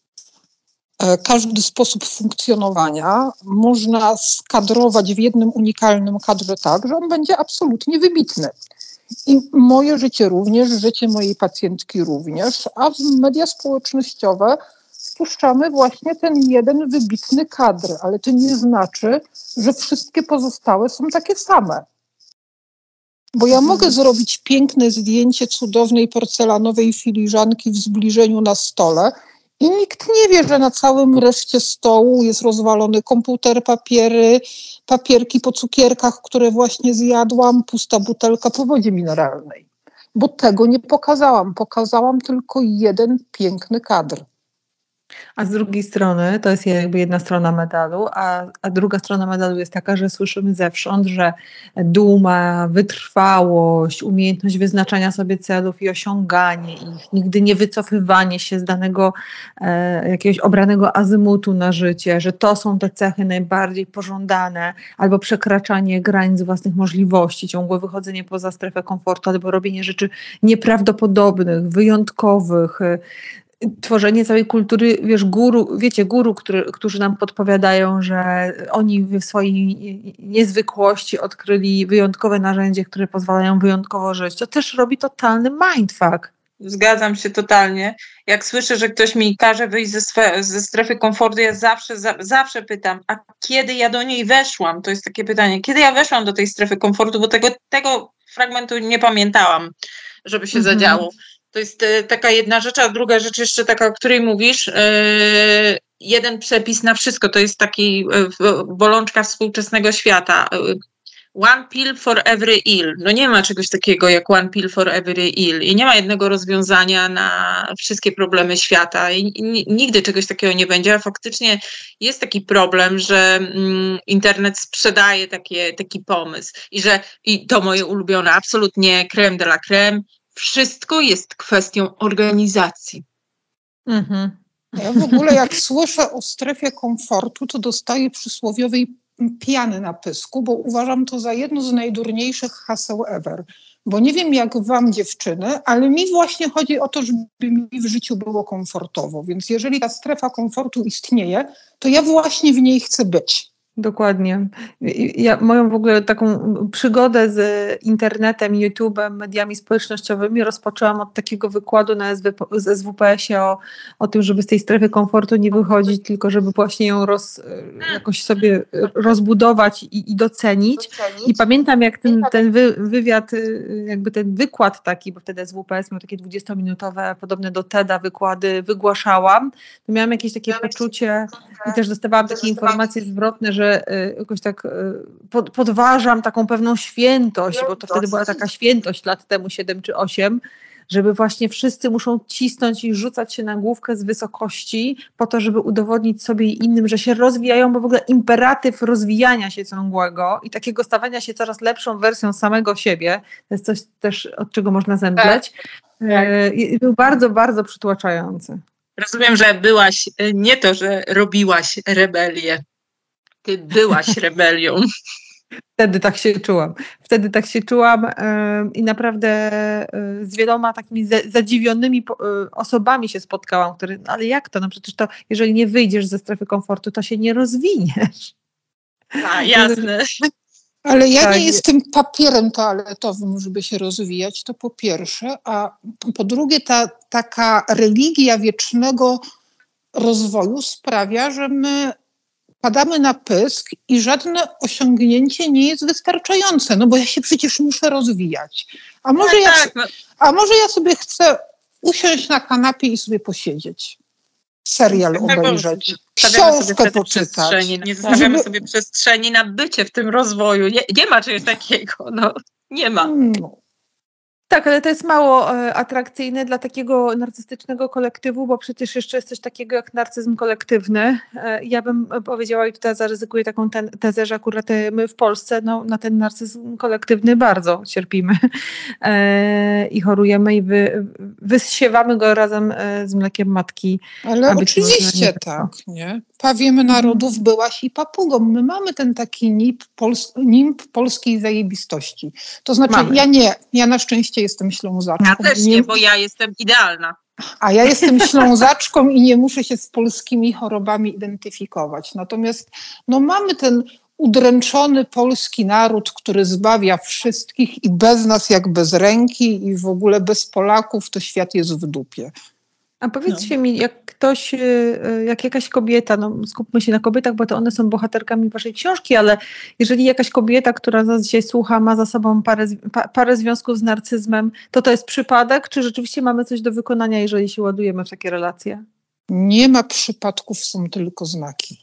każdy sposób funkcjonowania można skadrować w jednym unikalnym kadrze tak, że on będzie absolutnie wybitny. I moje życie również, życie mojej pacjentki również, a w media społecznościowe wpuszczamy właśnie ten jeden wybitny kadr, ale to nie znaczy, że wszystkie pozostałe są takie same. Bo ja mogę zrobić piękne zdjęcie cudownej porcelanowej filiżanki w zbliżeniu na stole i nikt nie wie, że na całym reszcie stołu jest rozwalony komputer, papierki po cukierkach, które właśnie zjadłam, pusta butelka po wodzie mineralnej. Bo tego nie pokazałam. Pokazałam tylko jeden piękny kadr. A z drugiej strony, to jest jakby jedna strona medalu, a druga strona medalu jest taka, że słyszymy zewsząd, że duma, wytrwałość, umiejętność wyznaczania sobie celów i osiąganie ich, nigdy nie wycofywanie się z danego jakiegoś obranego azymutu na życie, że to są te cechy najbardziej pożądane, albo przekraczanie granic własnych możliwości, ciągłe wychodzenie poza strefę komfortu, albo robienie rzeczy nieprawdopodobnych, wyjątkowych, tworzenie całej kultury, guru, którzy nam podpowiadają, że oni w swojej niezwykłości odkryli wyjątkowe narzędzie, które pozwalają wyjątkowo żyć. To też robi totalny mindfuck. Zgadzam się totalnie. Jak słyszę, że ktoś mi każe wyjść ze strefy komfortu, ja zawsze pytam, a kiedy ja do niej weszłam? To jest takie pytanie, kiedy ja weszłam do tej strefy komfortu, bo tego fragmentu nie pamiętałam, żeby się zadziało. To jest taka jedna rzecz, a druga rzecz jeszcze taka, o której mówisz, jeden przepis na wszystko, to jest taki bolączka współczesnego świata. One pill for every ill. No nie ma czegoś takiego jak one pill for every ill i nie ma jednego rozwiązania na wszystkie problemy świata i nigdy czegoś takiego nie będzie, a faktycznie jest taki problem, że internet sprzedaje taki pomysł i to moje ulubione, absolutnie crème de la crème, wszystko jest kwestią organizacji. Ja w ogóle jak słyszę o strefie komfortu, to dostaję przysłowiowej piany na pysku, bo uważam to za jedno z najdurniejszych haseł ever. Bo nie wiem jak wam dziewczyny, ale mi właśnie chodzi o to, żeby mi w życiu było komfortowo. Więc jeżeli ta strefa komfortu istnieje, to ja właśnie w niej chcę być. Dokładnie. Ja moją w ogóle taką przygodę z internetem, YouTube'em, mediami społecznościowymi rozpoczęłam od takiego wykładu na z SWPS-ie o tym, żeby z tej strefy komfortu nie wychodzić, tylko żeby właśnie ją jakoś sobie rozbudować i docenić. I pamiętam, jak ten wywiad, jakby ten wykład taki, bo wtedy SWPS miał takie 20-minutowe, podobne do TED-a wykłady, wygłaszałam, to miałam jakieś takie poczucie i też dostawałam takie informacje zwrotne, że jakoś tak podważam taką pewną świętość, bo to wtedy była taka świętość lat temu 7 czy 8, żeby właśnie wszyscy muszą cisnąć i rzucać się na główkę z wysokości po to, żeby udowodnić sobie i innym, że się rozwijają, bo w ogóle imperatyw rozwijania się ciągłego i takiego stawania się coraz lepszą wersją samego siebie, to jest coś też, od czego można zemdleć, był bardzo, bardzo przytłaczający. Rozumiem, że byłaś, nie to, że robiłaś rebelię, ty byłaś rebelią. Wtedy tak się czułam i naprawdę z wieloma takimi zadziwionymi osobami się spotkałam, które, ale jak to? No przecież to, jeżeli nie wyjdziesz ze strefy komfortu, to się nie rozwiniesz. A, jasne. Ale ja nie jestem papierem toaletowym, żeby się rozwijać, to po pierwsze, a po drugie taka religia wiecznego rozwoju sprawia, że my padamy na pysk i żadne osiągnięcie nie jest wystarczające, no bo ja się przecież muszę rozwijać. A może ja sobie chcę usiąść na kanapie i sobie posiedzieć, serial obejrzeć, książkę poczytać. Nie zostawiamy sobie przestrzeni na bycie w tym rozwoju. Nie ma czegoś takiego, no nie ma. No. Tak, ale to jest mało atrakcyjne dla takiego narcystycznego kolektywu, bo przecież jeszcze jest coś takiego jak narcyzm kolektywny. Ja bym powiedziała i tutaj zaryzykuję taką tezę, że akurat my w Polsce na ten narcyzm kolektywny bardzo cierpimy i chorujemy i wysiewamy go razem z mlekiem matki. Ale oczywiście tak, nie? Pawiem narodów byłaś i papugą. My mamy ten taki nimb polskiej zajebistości. To znaczy ja na szczęście jestem Ślązaczką. Ja też nie, bo ja jestem idealna. A ja jestem Ślązaczką i nie muszę się z polskimi chorobami identyfikować. Natomiast mamy ten udręczony polski naród, który zbawia wszystkich i bez nas jak bez ręki i w ogóle bez Polaków to świat jest w dupie. A powiedzcie mi, jak jakaś kobieta, skupmy się na kobietach, bo to one są bohaterkami waszej książki, ale jeżeli jakaś kobieta, która nas dzisiaj słucha, ma za sobą parę związków z narcyzmem, to jest przypadek, czy rzeczywiście mamy coś do wykonania, jeżeli się ładujemy w takie relacje? Nie ma przypadków, są tylko znaki.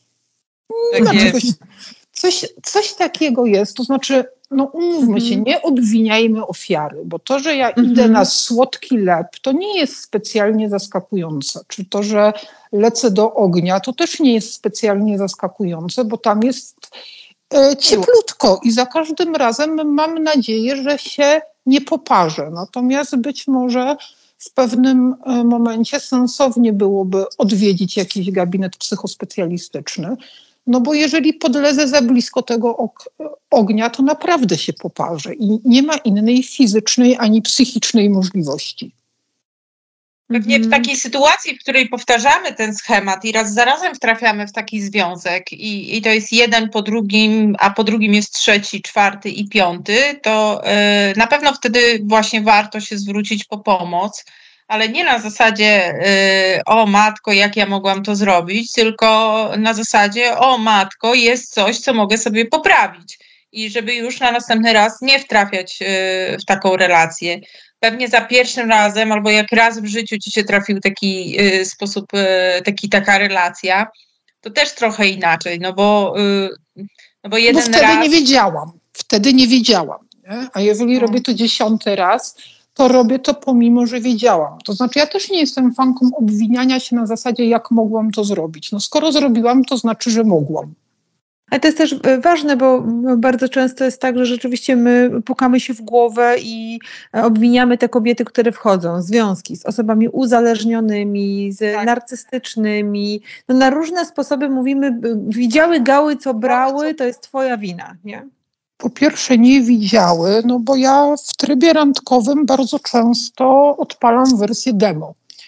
Coś takiego jest, to znaczy, umówmy się, nie obwiniajmy ofiary, bo to, że ja idę na słodki lep, to nie jest specjalnie zaskakujące. Czy to, że lecę do ognia, to też nie jest specjalnie zaskakujące, bo tam jest cieplutko i za każdym razem mam nadzieję, że się nie poparzę. Natomiast być może w pewnym momencie sensownie byłoby odwiedzić jakiś gabinet psychospecjalistyczny, bo jeżeli podlezę za blisko tego ognia, to naprawdę się poparzę i nie ma innej fizycznej ani psychicznej możliwości. Pewnie w takiej sytuacji, w której powtarzamy ten schemat i raz za razem trafiamy w taki związek i to jest jeden po drugim, a po drugim jest trzeci, czwarty i piąty, to na pewno wtedy właśnie warto się zwrócić po pomoc. Ale nie na zasadzie o matko, jak ja mogłam to zrobić, tylko na zasadzie o matko, jest coś, co mogę sobie poprawić i żeby już na następny raz nie wtrafiać w taką relację. Pewnie za pierwszym razem albo jak raz w życiu ci się trafił taki sposób, taka relacja, to też trochę inaczej, bo jeden wtedy raz... Wtedy nie wiedziałam. Nie? A jeżeli robię to 10. raz, to robię to pomimo, że wiedziałam. To znaczy ja też nie jestem fanką obwiniania się na zasadzie, jak mogłam to zrobić. Skoro zrobiłam, to znaczy, że mogłam. Ale to jest też ważne, bo bardzo często jest tak, że rzeczywiście my pukamy się w głowę i obwiniamy te kobiety, które wchodzą w związki z osobami uzależnionymi, z narcystycznymi. Na różne sposoby mówimy, widziały gały, co brały, to jest twoja wina, nie? Po pierwsze nie widziały, bo ja w trybie randkowym bardzo często odpalam wersję demo.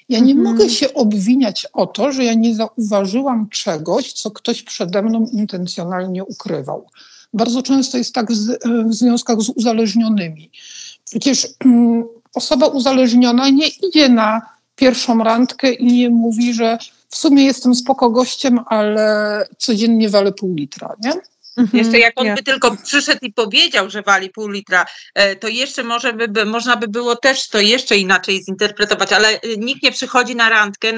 Ja nie mogę się obwiniać o to, że ja nie zauważyłam czegoś, co ktoś przede mną intencjonalnie ukrywał. Bardzo często jest tak w związkach z uzależnionymi. Przecież osoba uzależniona nie idzie na pierwszą randkę i nie mówi, że w sumie jestem spoko gościem, ale codziennie walę pół litra, nie? Jeszcze jak on by tylko przyszedł i powiedział, że wali pół litra, to jeszcze można by było też to jeszcze inaczej zinterpretować, ale nikt nie przychodzi na randkę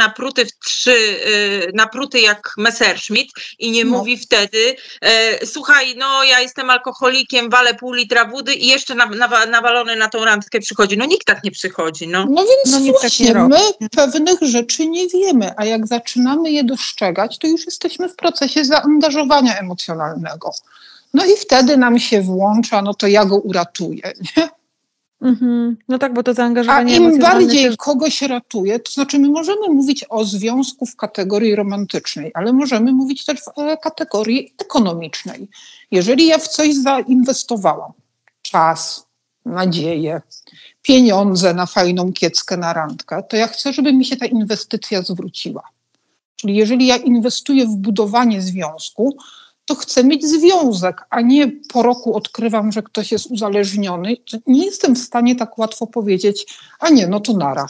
napruty jak Messerschmitt i nie mówi wtedy, słuchaj, no ja jestem alkoholikiem, walę pół litra wody i jeszcze nawalony na tą randkę przychodzi. No nikt tak nie przychodzi. No więc właśnie, my pewnych rzeczy nie wiemy, a jak zaczynamy je dostrzegać, to już jesteśmy w procesie zaangażowania emocjonalnego. No i wtedy nam się włącza, no to ja go uratuję, nie? No tak, bo to zaangażowanie a im bardziej kogoś ratuje, to znaczy my możemy mówić o związku w kategorii romantycznej, ale możemy mówić też w kategorii ekonomicznej. Jeżeli ja w coś zainwestowałam, czas, nadzieję, pieniądze na fajną kieckę na randkę, to ja chcę, żeby mi się ta inwestycja zwróciła. Czyli jeżeli ja inwestuję w budowanie związku, to chcę mieć związek, a nie po roku odkrywam, że ktoś jest uzależniony. Nie jestem w stanie tak łatwo powiedzieć, a nie, no to nara.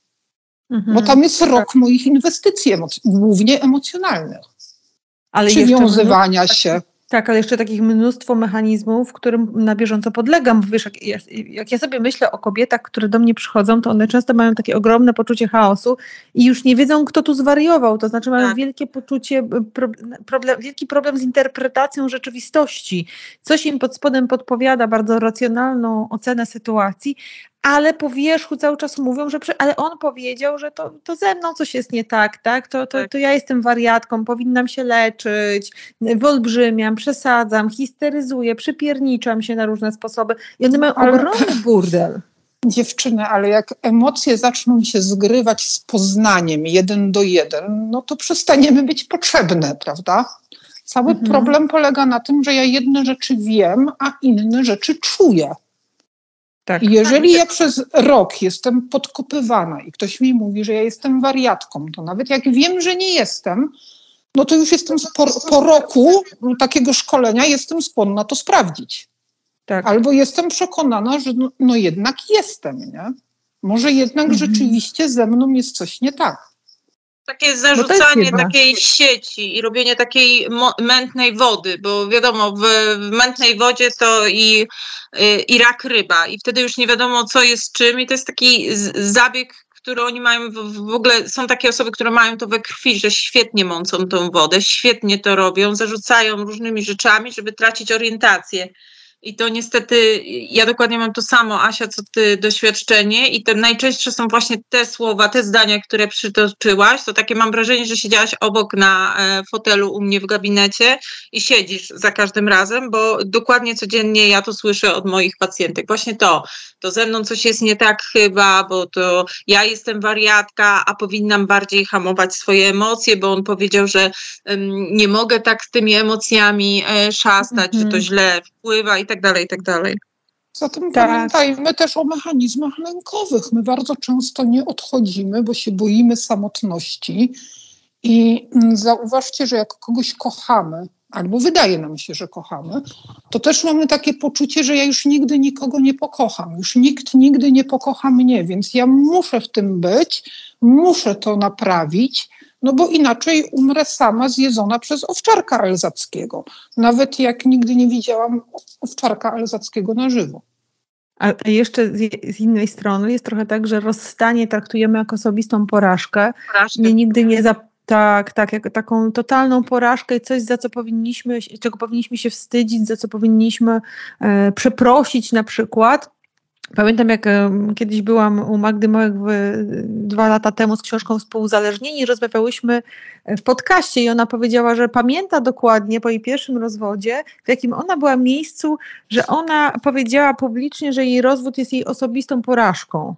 Bo tam jest rok moich inwestycji, głównie emocjonalnych. Ale przywiązywania się. Tak, ale jeszcze takich mnóstwo mechanizmów, którym na bieżąco podlegam. Bo wiesz, jak ja sobie myślę o kobietach, które do mnie przychodzą, to one często mają takie ogromne poczucie chaosu i już nie wiedzą, kto tu zwariował. To znaczy mają wielkie poczucie, wielki problem z interpretacją rzeczywistości. Coś im pod spodem podpowiada bardzo racjonalną ocenę sytuacji, ale po wierzchu cały czas mówią, że ale on powiedział, że to ze mną coś jest nie tak, tak? To ja jestem wariatką, powinnam się leczyć, wyolbrzymiam, przesadzam, histeryzuję, przypierniczam się na różne sposoby i one mają ogromny burdel. Dziewczyny, ale jak emocje zaczną się zgrywać z poznaniem 1 do 1, no to przestaniemy być potrzebne, prawda? Cały problem polega na tym, że ja jedne rzeczy wiem, a inne rzeczy czuję. Tak. I jeżeli ja przez rok jestem podkopywana i ktoś mi mówi, że ja jestem wariatką, to nawet jak wiem, że nie jestem, no to już jestem po roku takiego szkolenia jestem skłonna to sprawdzić. Tak. Albo jestem przekonana, że no jednak jestem, nie? Może jednak rzeczywiście ze mną jest coś nie tak. Takie zarzucanie takiej sieci i robienie takiej mętnej wody, bo wiadomo, w mętnej wodzie to i rak ryba i wtedy już nie wiadomo, co jest czym i to jest taki zabieg, który oni mają w ogóle, są takie osoby, które mają to we krwi, że świetnie mącą tą wodę, świetnie to robią, zarzucają różnymi rzeczami, żeby tracić orientację. I to niestety, ja dokładnie mam to samo, Asia, co ty, doświadczenie i te najczęstsze są właśnie te słowa, te zdania, które przytoczyłaś, to takie mam wrażenie, że siedziałaś obok na fotelu u mnie w gabinecie i siedzisz za każdym razem, bo dokładnie codziennie ja to słyszę od moich pacjentek. Właśnie to ze mną coś jest nie tak chyba, bo to ja jestem wariatka, a powinnam bardziej hamować swoje emocje, bo on powiedział, że nie mogę tak z tymi emocjami szastać, że to źle wpływa i tak dalej, i tak dalej. Zatem pamiętajmy też o mechanizmach lękowych. My bardzo często nie odchodzimy, bo się boimy samotności i zauważcie, że jak kogoś kochamy, albo wydaje nam się, że kochamy, to też mamy takie poczucie, że ja już nigdy nikogo nie pokocham, już nikt nigdy nie pokocha mnie, więc ja muszę w tym być, muszę to naprawić, no bo inaczej umrę sama zjedzona przez owczarka alzackiego. Nawet jak nigdy nie widziałam owczarka alzackiego na żywo. A jeszcze z innej strony jest trochę tak, że rozstanie traktujemy jako osobistą porażkę. Nigdy nie tak, jako taką totalną porażkę i coś, czego powinniśmy się wstydzić, za co powinniśmy przeprosić na przykład. Pamiętam, jak kiedyś byłam u Magdy Mołek 2 lata temu z książką Współuzależnieni, rozmawiałyśmy w podcaście i ona powiedziała, że pamięta dokładnie po jej pierwszym rozwodzie, w jakim ona była miejscu, że ona powiedziała publicznie, że jej rozwód jest jej osobistą porażką.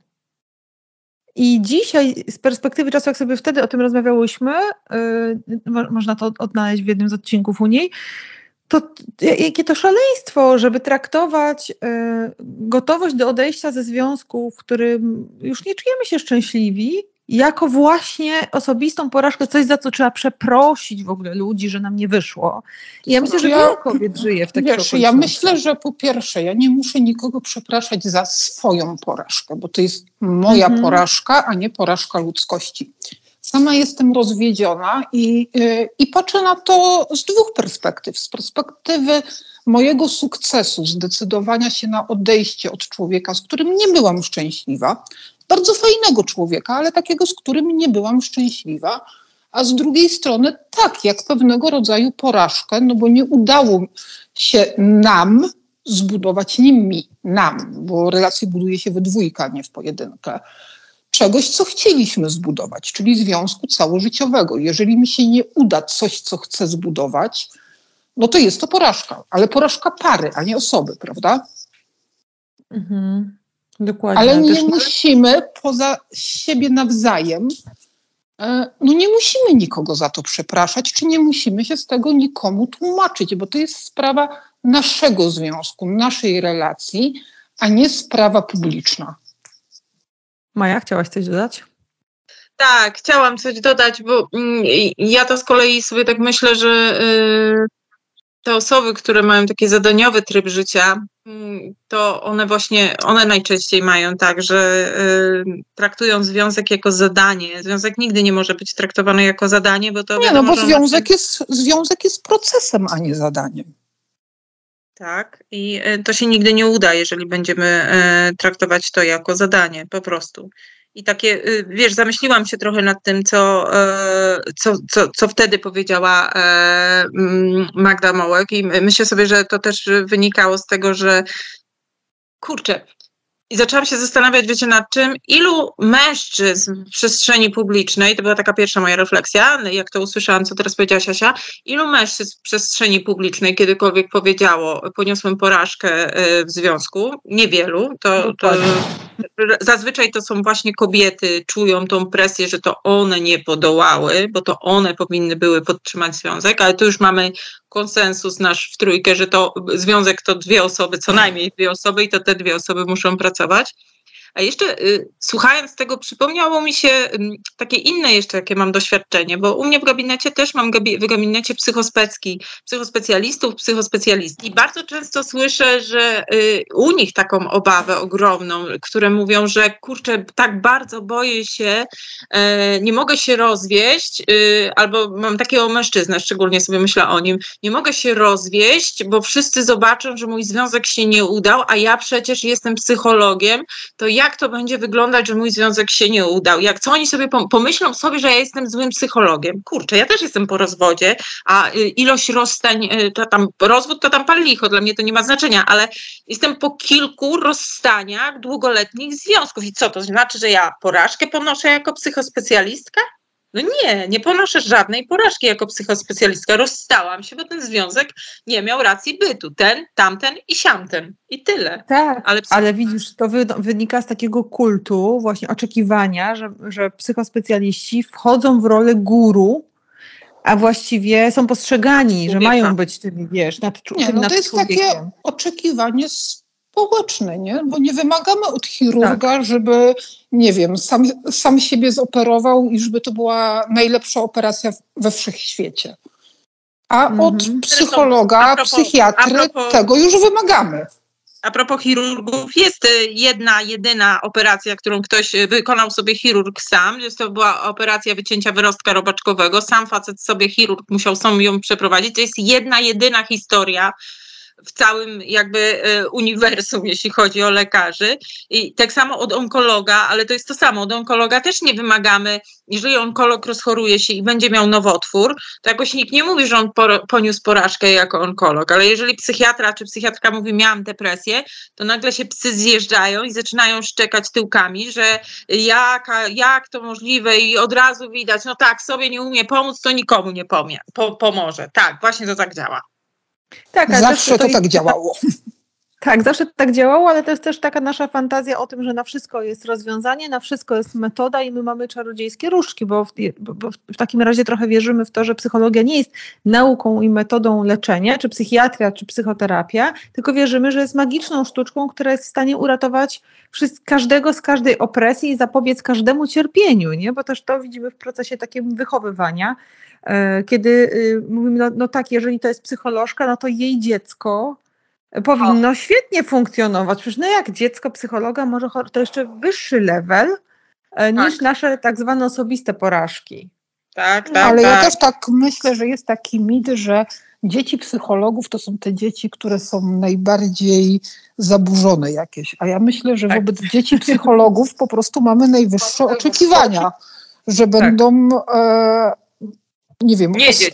I dzisiaj z perspektywy czasu, jak sobie wtedy o tym rozmawiałyśmy, można to odnaleźć w jednym z odcinków u niej, to jakie to szaleństwo, żeby traktować gotowość do odejścia ze związku, w którym już nie czujemy się szczęśliwi, jako właśnie osobistą porażkę, coś, za co trzeba przeprosić w ogóle ludzi, że nam nie wyszło. I ja myślę, że wiele kobiet żyje w takich okolicznościach. Ja myślę, że po pierwsze, ja nie muszę nikogo przepraszać za swoją porażkę, bo to jest moja porażka, a nie porażka ludzkości. Sama jestem rozwiedziona i patrzę na to z dwóch perspektyw. Z perspektywy mojego sukcesu, zdecydowania się na odejście od człowieka, z którym nie byłam szczęśliwa. Bardzo fajnego człowieka, ale takiego, z którym nie byłam szczęśliwa. A z drugiej strony tak, jak pewnego rodzaju porażkę, no bo nie udało się nam zbudować, nie mi, nam, bo relacje buduje się we dwójkę, a nie w pojedynkę, czegoś, co chcieliśmy zbudować, czyli związku całożyciowego. Jeżeli mi się nie uda coś, co chcę zbudować, no to jest to porażka, ale porażka pary, a nie osoby, prawda? Dokładnie. Ale nie musimy poza siebie nawzajem, no nie musimy nikogo za to przepraszać, czy nie musimy się z tego nikomu tłumaczyć, bo to jest sprawa naszego związku, naszej relacji, a nie sprawa publiczna. Maja, chciałaś coś dodać? Tak, chciałam coś dodać, bo ja to z kolei sobie tak myślę, że te osoby, które mają taki zadaniowy tryb życia, to one najczęściej mają tak, że traktują związek jako zadanie. Związek nigdy nie może być traktowany jako zadanie, bo to bo związek jest procesem, a nie zadaniem. Tak, i to się nigdy nie uda, jeżeli będziemy traktować to jako zadanie, po prostu. I takie, wiesz, zamyśliłam się trochę nad tym, co wtedy powiedziała Magda Mołek i myślę sobie, że to też wynikało z tego, że kurczę, i zaczęłam się zastanawiać, wiecie, nad czym, ilu mężczyzn w przestrzeni publicznej, to była taka pierwsza moja refleksja, jak to usłyszałam, co teraz powiedziała Asia, ilu mężczyzn w przestrzeni publicznej kiedykolwiek poniosłem porażkę w związku? Niewielu. To zazwyczaj to są właśnie kobiety, czują tą presję, że to one nie podołały, bo to one powinny były podtrzymać związek, ale tu już mamy konsensus nasz w trójkę, że to związek to dwie osoby, co najmniej dwie osoby i to te dwie osoby muszą pracować. A jeszcze słuchając tego przypomniało mi się takie inne jeszcze, jakie mam doświadczenie, bo u mnie w gabinecie też mam w gabinecie psychospecjalistów, psychospecjalistki. I bardzo często słyszę, że u nich taką obawę ogromną, które mówią, że kurczę, tak bardzo boję się, nie mogę się rozwieść, albo mam takiego mężczyznę, szczególnie sobie myślę o nim, nie mogę się rozwieść, bo wszyscy zobaczą, że mój związek się nie udał, a ja przecież jestem psychologiem, to jak to będzie wyglądać, że mój związek się nie udał? Co oni sobie pomyślą sobie, że ja jestem złym psychologiem? Kurczę, ja też jestem po rozwodzie, a ilość rozstań, rozwód to tam pal licho, dla mnie to nie ma znaczenia, ale jestem po kilku rozstaniach długoletnich związków. I co to znaczy, że ja porażkę ponoszę jako psychospecjalistka? No nie ponoszę żadnej porażki jako psychospecjalistka. Rozstałam się, bo ten związek nie miał racji bytu. Ten, tamten i siamten. I tyle. Tak, ale widzisz, to wynika z takiego kultu, właśnie oczekiwania, że psychospecjaliści wchodzą w rolę guru, a właściwie są postrzegani, że mają być tymi, wiesz, nad człowiekiem. To jest takie oczekiwanie społeczne, nie? Bo nie wymagamy od chirurga, żeby, nie wiem, sam siebie zoperował i żeby to była najlepsza operacja we wszechświecie. A od psychologa, psychiatry tego już wymagamy. A propos chirurgów, jest jedyna operacja, którą ktoś wykonał sobie chirurg sam. To była operacja wycięcia wyrostka robaczkowego. Sam facet sobie, chirurg, musiał sam ją przeprowadzić. To jest jedyna historia w całym jakby uniwersum, jeśli chodzi o lekarzy. I tak samo od onkologa, ale to jest to samo. Od onkologa też nie wymagamy, jeżeli onkolog rozchoruje się i będzie miał nowotwór, to jakoś nikt nie mówi, że on poniósł porażkę jako onkolog, ale jeżeli psychiatra czy psychiatrka mówi, miałam depresję, to nagle się psy zjeżdżają i zaczynają szczekać tyłkami, że jak to możliwe i od razu widać, no tak, sobie nie umie pomóc, to nikomu nie pomoże. Tak, właśnie to tak działa. Tak, zawsze to tak działało. Tak, zawsze tak działało, ale to jest też taka nasza fantazja o tym, że na wszystko jest rozwiązanie, na wszystko jest metoda i my mamy czarodziejskie różdżki, bo w takim razie trochę wierzymy w to, że psychologia nie jest nauką i metodą leczenia, czy psychiatria, czy psychoterapia, tylko wierzymy, że jest magiczną sztuczką, która jest w stanie uratować każdego z każdej opresji i zapobiec każdemu cierpieniu, nie? Bo też to widzimy w procesie takiego wychowywania, kiedy mówimy, no tak, jeżeli to jest psycholożka, no to jej dziecko powinno świetnie funkcjonować. Przecież jak dziecko psychologa może to jeszcze wyższy level niż nasze tak zwane osobiste porażki. Tak. Ale ja też tak myślę, że jest taki mit, że dzieci psychologów to są te dzieci, które są najbardziej zaburzone jakieś. A ja myślę, że wobec dzieci psychologów po prostu mamy najwyższe oczekiwania, że będą nie wiem,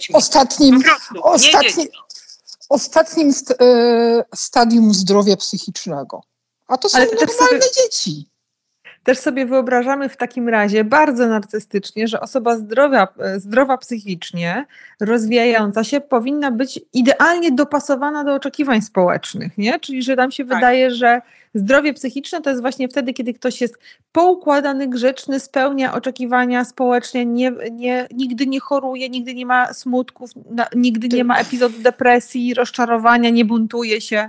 ostatnim stadium zdrowia psychicznego. A to są normalne dzieci. Też sobie wyobrażamy w takim razie bardzo narcystycznie, że osoba zdrowa psychicznie, rozwijająca się, powinna być idealnie dopasowana do oczekiwań społecznych, nie? Czyli że nam się wydaje, że zdrowie psychiczne to jest właśnie wtedy, kiedy ktoś jest poukładany, grzeczny, spełnia oczekiwania społeczne, nigdy nie choruje, nigdy nie ma smutków, nigdy nie ma epizodu depresji, rozczarowania, nie buntuje się.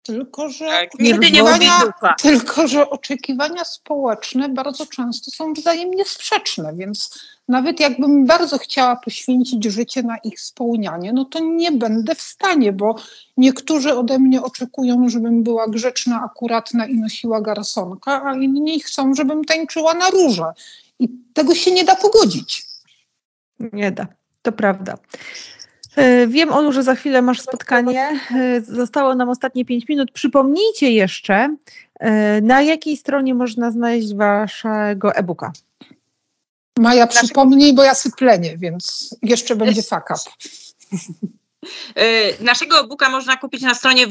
Tylko, że oczekiwania społeczne bardzo często są wzajemnie sprzeczne, więc nawet jakbym bardzo chciała poświęcić życie na ich spełnianie, no to nie będę w stanie, bo niektórzy ode mnie oczekują, żebym była grzeczna, akuratna i nosiła garsonka, a inni chcą, żebym tańczyła na róże. I tego się nie da pogodzić. Nie da, to prawda. Wiem, Olu, że za chwilę masz spotkanie. Zostało nam ostatnie 5 minut. Przypomnijcie jeszcze, na jakiej stronie można znaleźć waszego e-booka. Maja, przypomnij, bo ja syplenię, więc jeszcze będzie fuck up. Naszego e-booka można kupić na stronie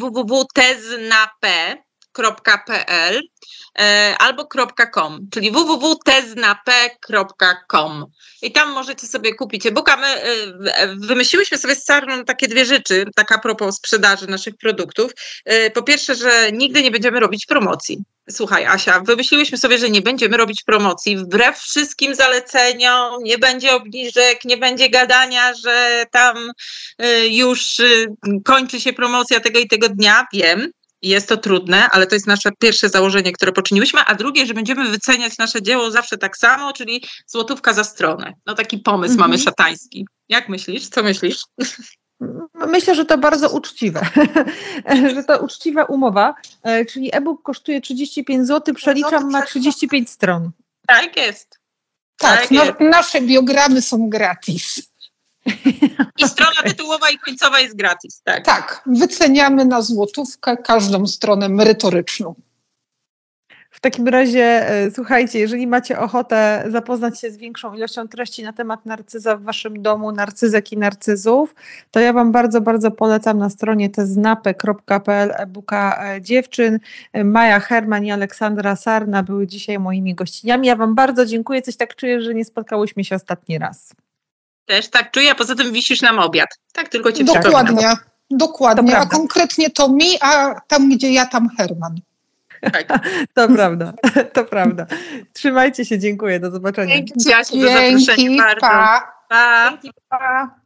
www.teznap.pl albo .com, czyli www.teznap.com i tam możecie sobie kupić e-booka. My wymyśliłyśmy sobie z Sarną takie 2 rzeczy, tak a propos sprzedaży naszych produktów. Po pierwsze, że nigdy nie będziemy robić promocji. Słuchaj, Asia, wymyśliłyśmy sobie, że nie będziemy robić promocji wbrew wszystkim zaleceniom, nie będzie obniżek, nie będzie gadania, że tam już kończy się promocja tego i tego dnia. Wiem. Jest to trudne, ale to jest nasze pierwsze założenie, które poczyniłyśmy, a drugie, że będziemy wyceniać nasze dzieło zawsze tak samo, czyli złotówka za stronę. No taki pomysł mamy szatański. Jak myślisz? Co myślisz? Myślę, że to bardzo uczciwe, że to uczciwa umowa, czyli e-book kosztuje 35 zł, przeliczam, ma 35 stron. Tak jest. Tak, nasze biogramy są gratis. I strona tytułowa i końcowa jest gratis. Tak, wyceniamy na złotówkę każdą stronę merytoryczną. W takim razie, słuchajcie, jeżeli macie ochotę zapoznać się z większą ilością treści na temat narcyza w waszym domu, narcyzek i narcyzów, to ja wam bardzo, bardzo polecam na stronie teznape.pl e-booka dziewczyn. Maja Herman i Aleksandra Sarna były dzisiaj moimi gościniami. Ja wam bardzo dziękuję. Coś tak czuję, że nie spotkałyśmy się ostatni raz. Też tak czuję, a poza tym wisisz nam obiad. Tak, tylko cię Dokładnie, a konkretnie to mi, a tam gdzie ja, tam Herman. Tak. To prawda. Trzymajcie się, dziękuję, do zobaczenia. Dzięki, Asiu, za zaproszenie bardzo. Pa. Pa. Dzięki, pa.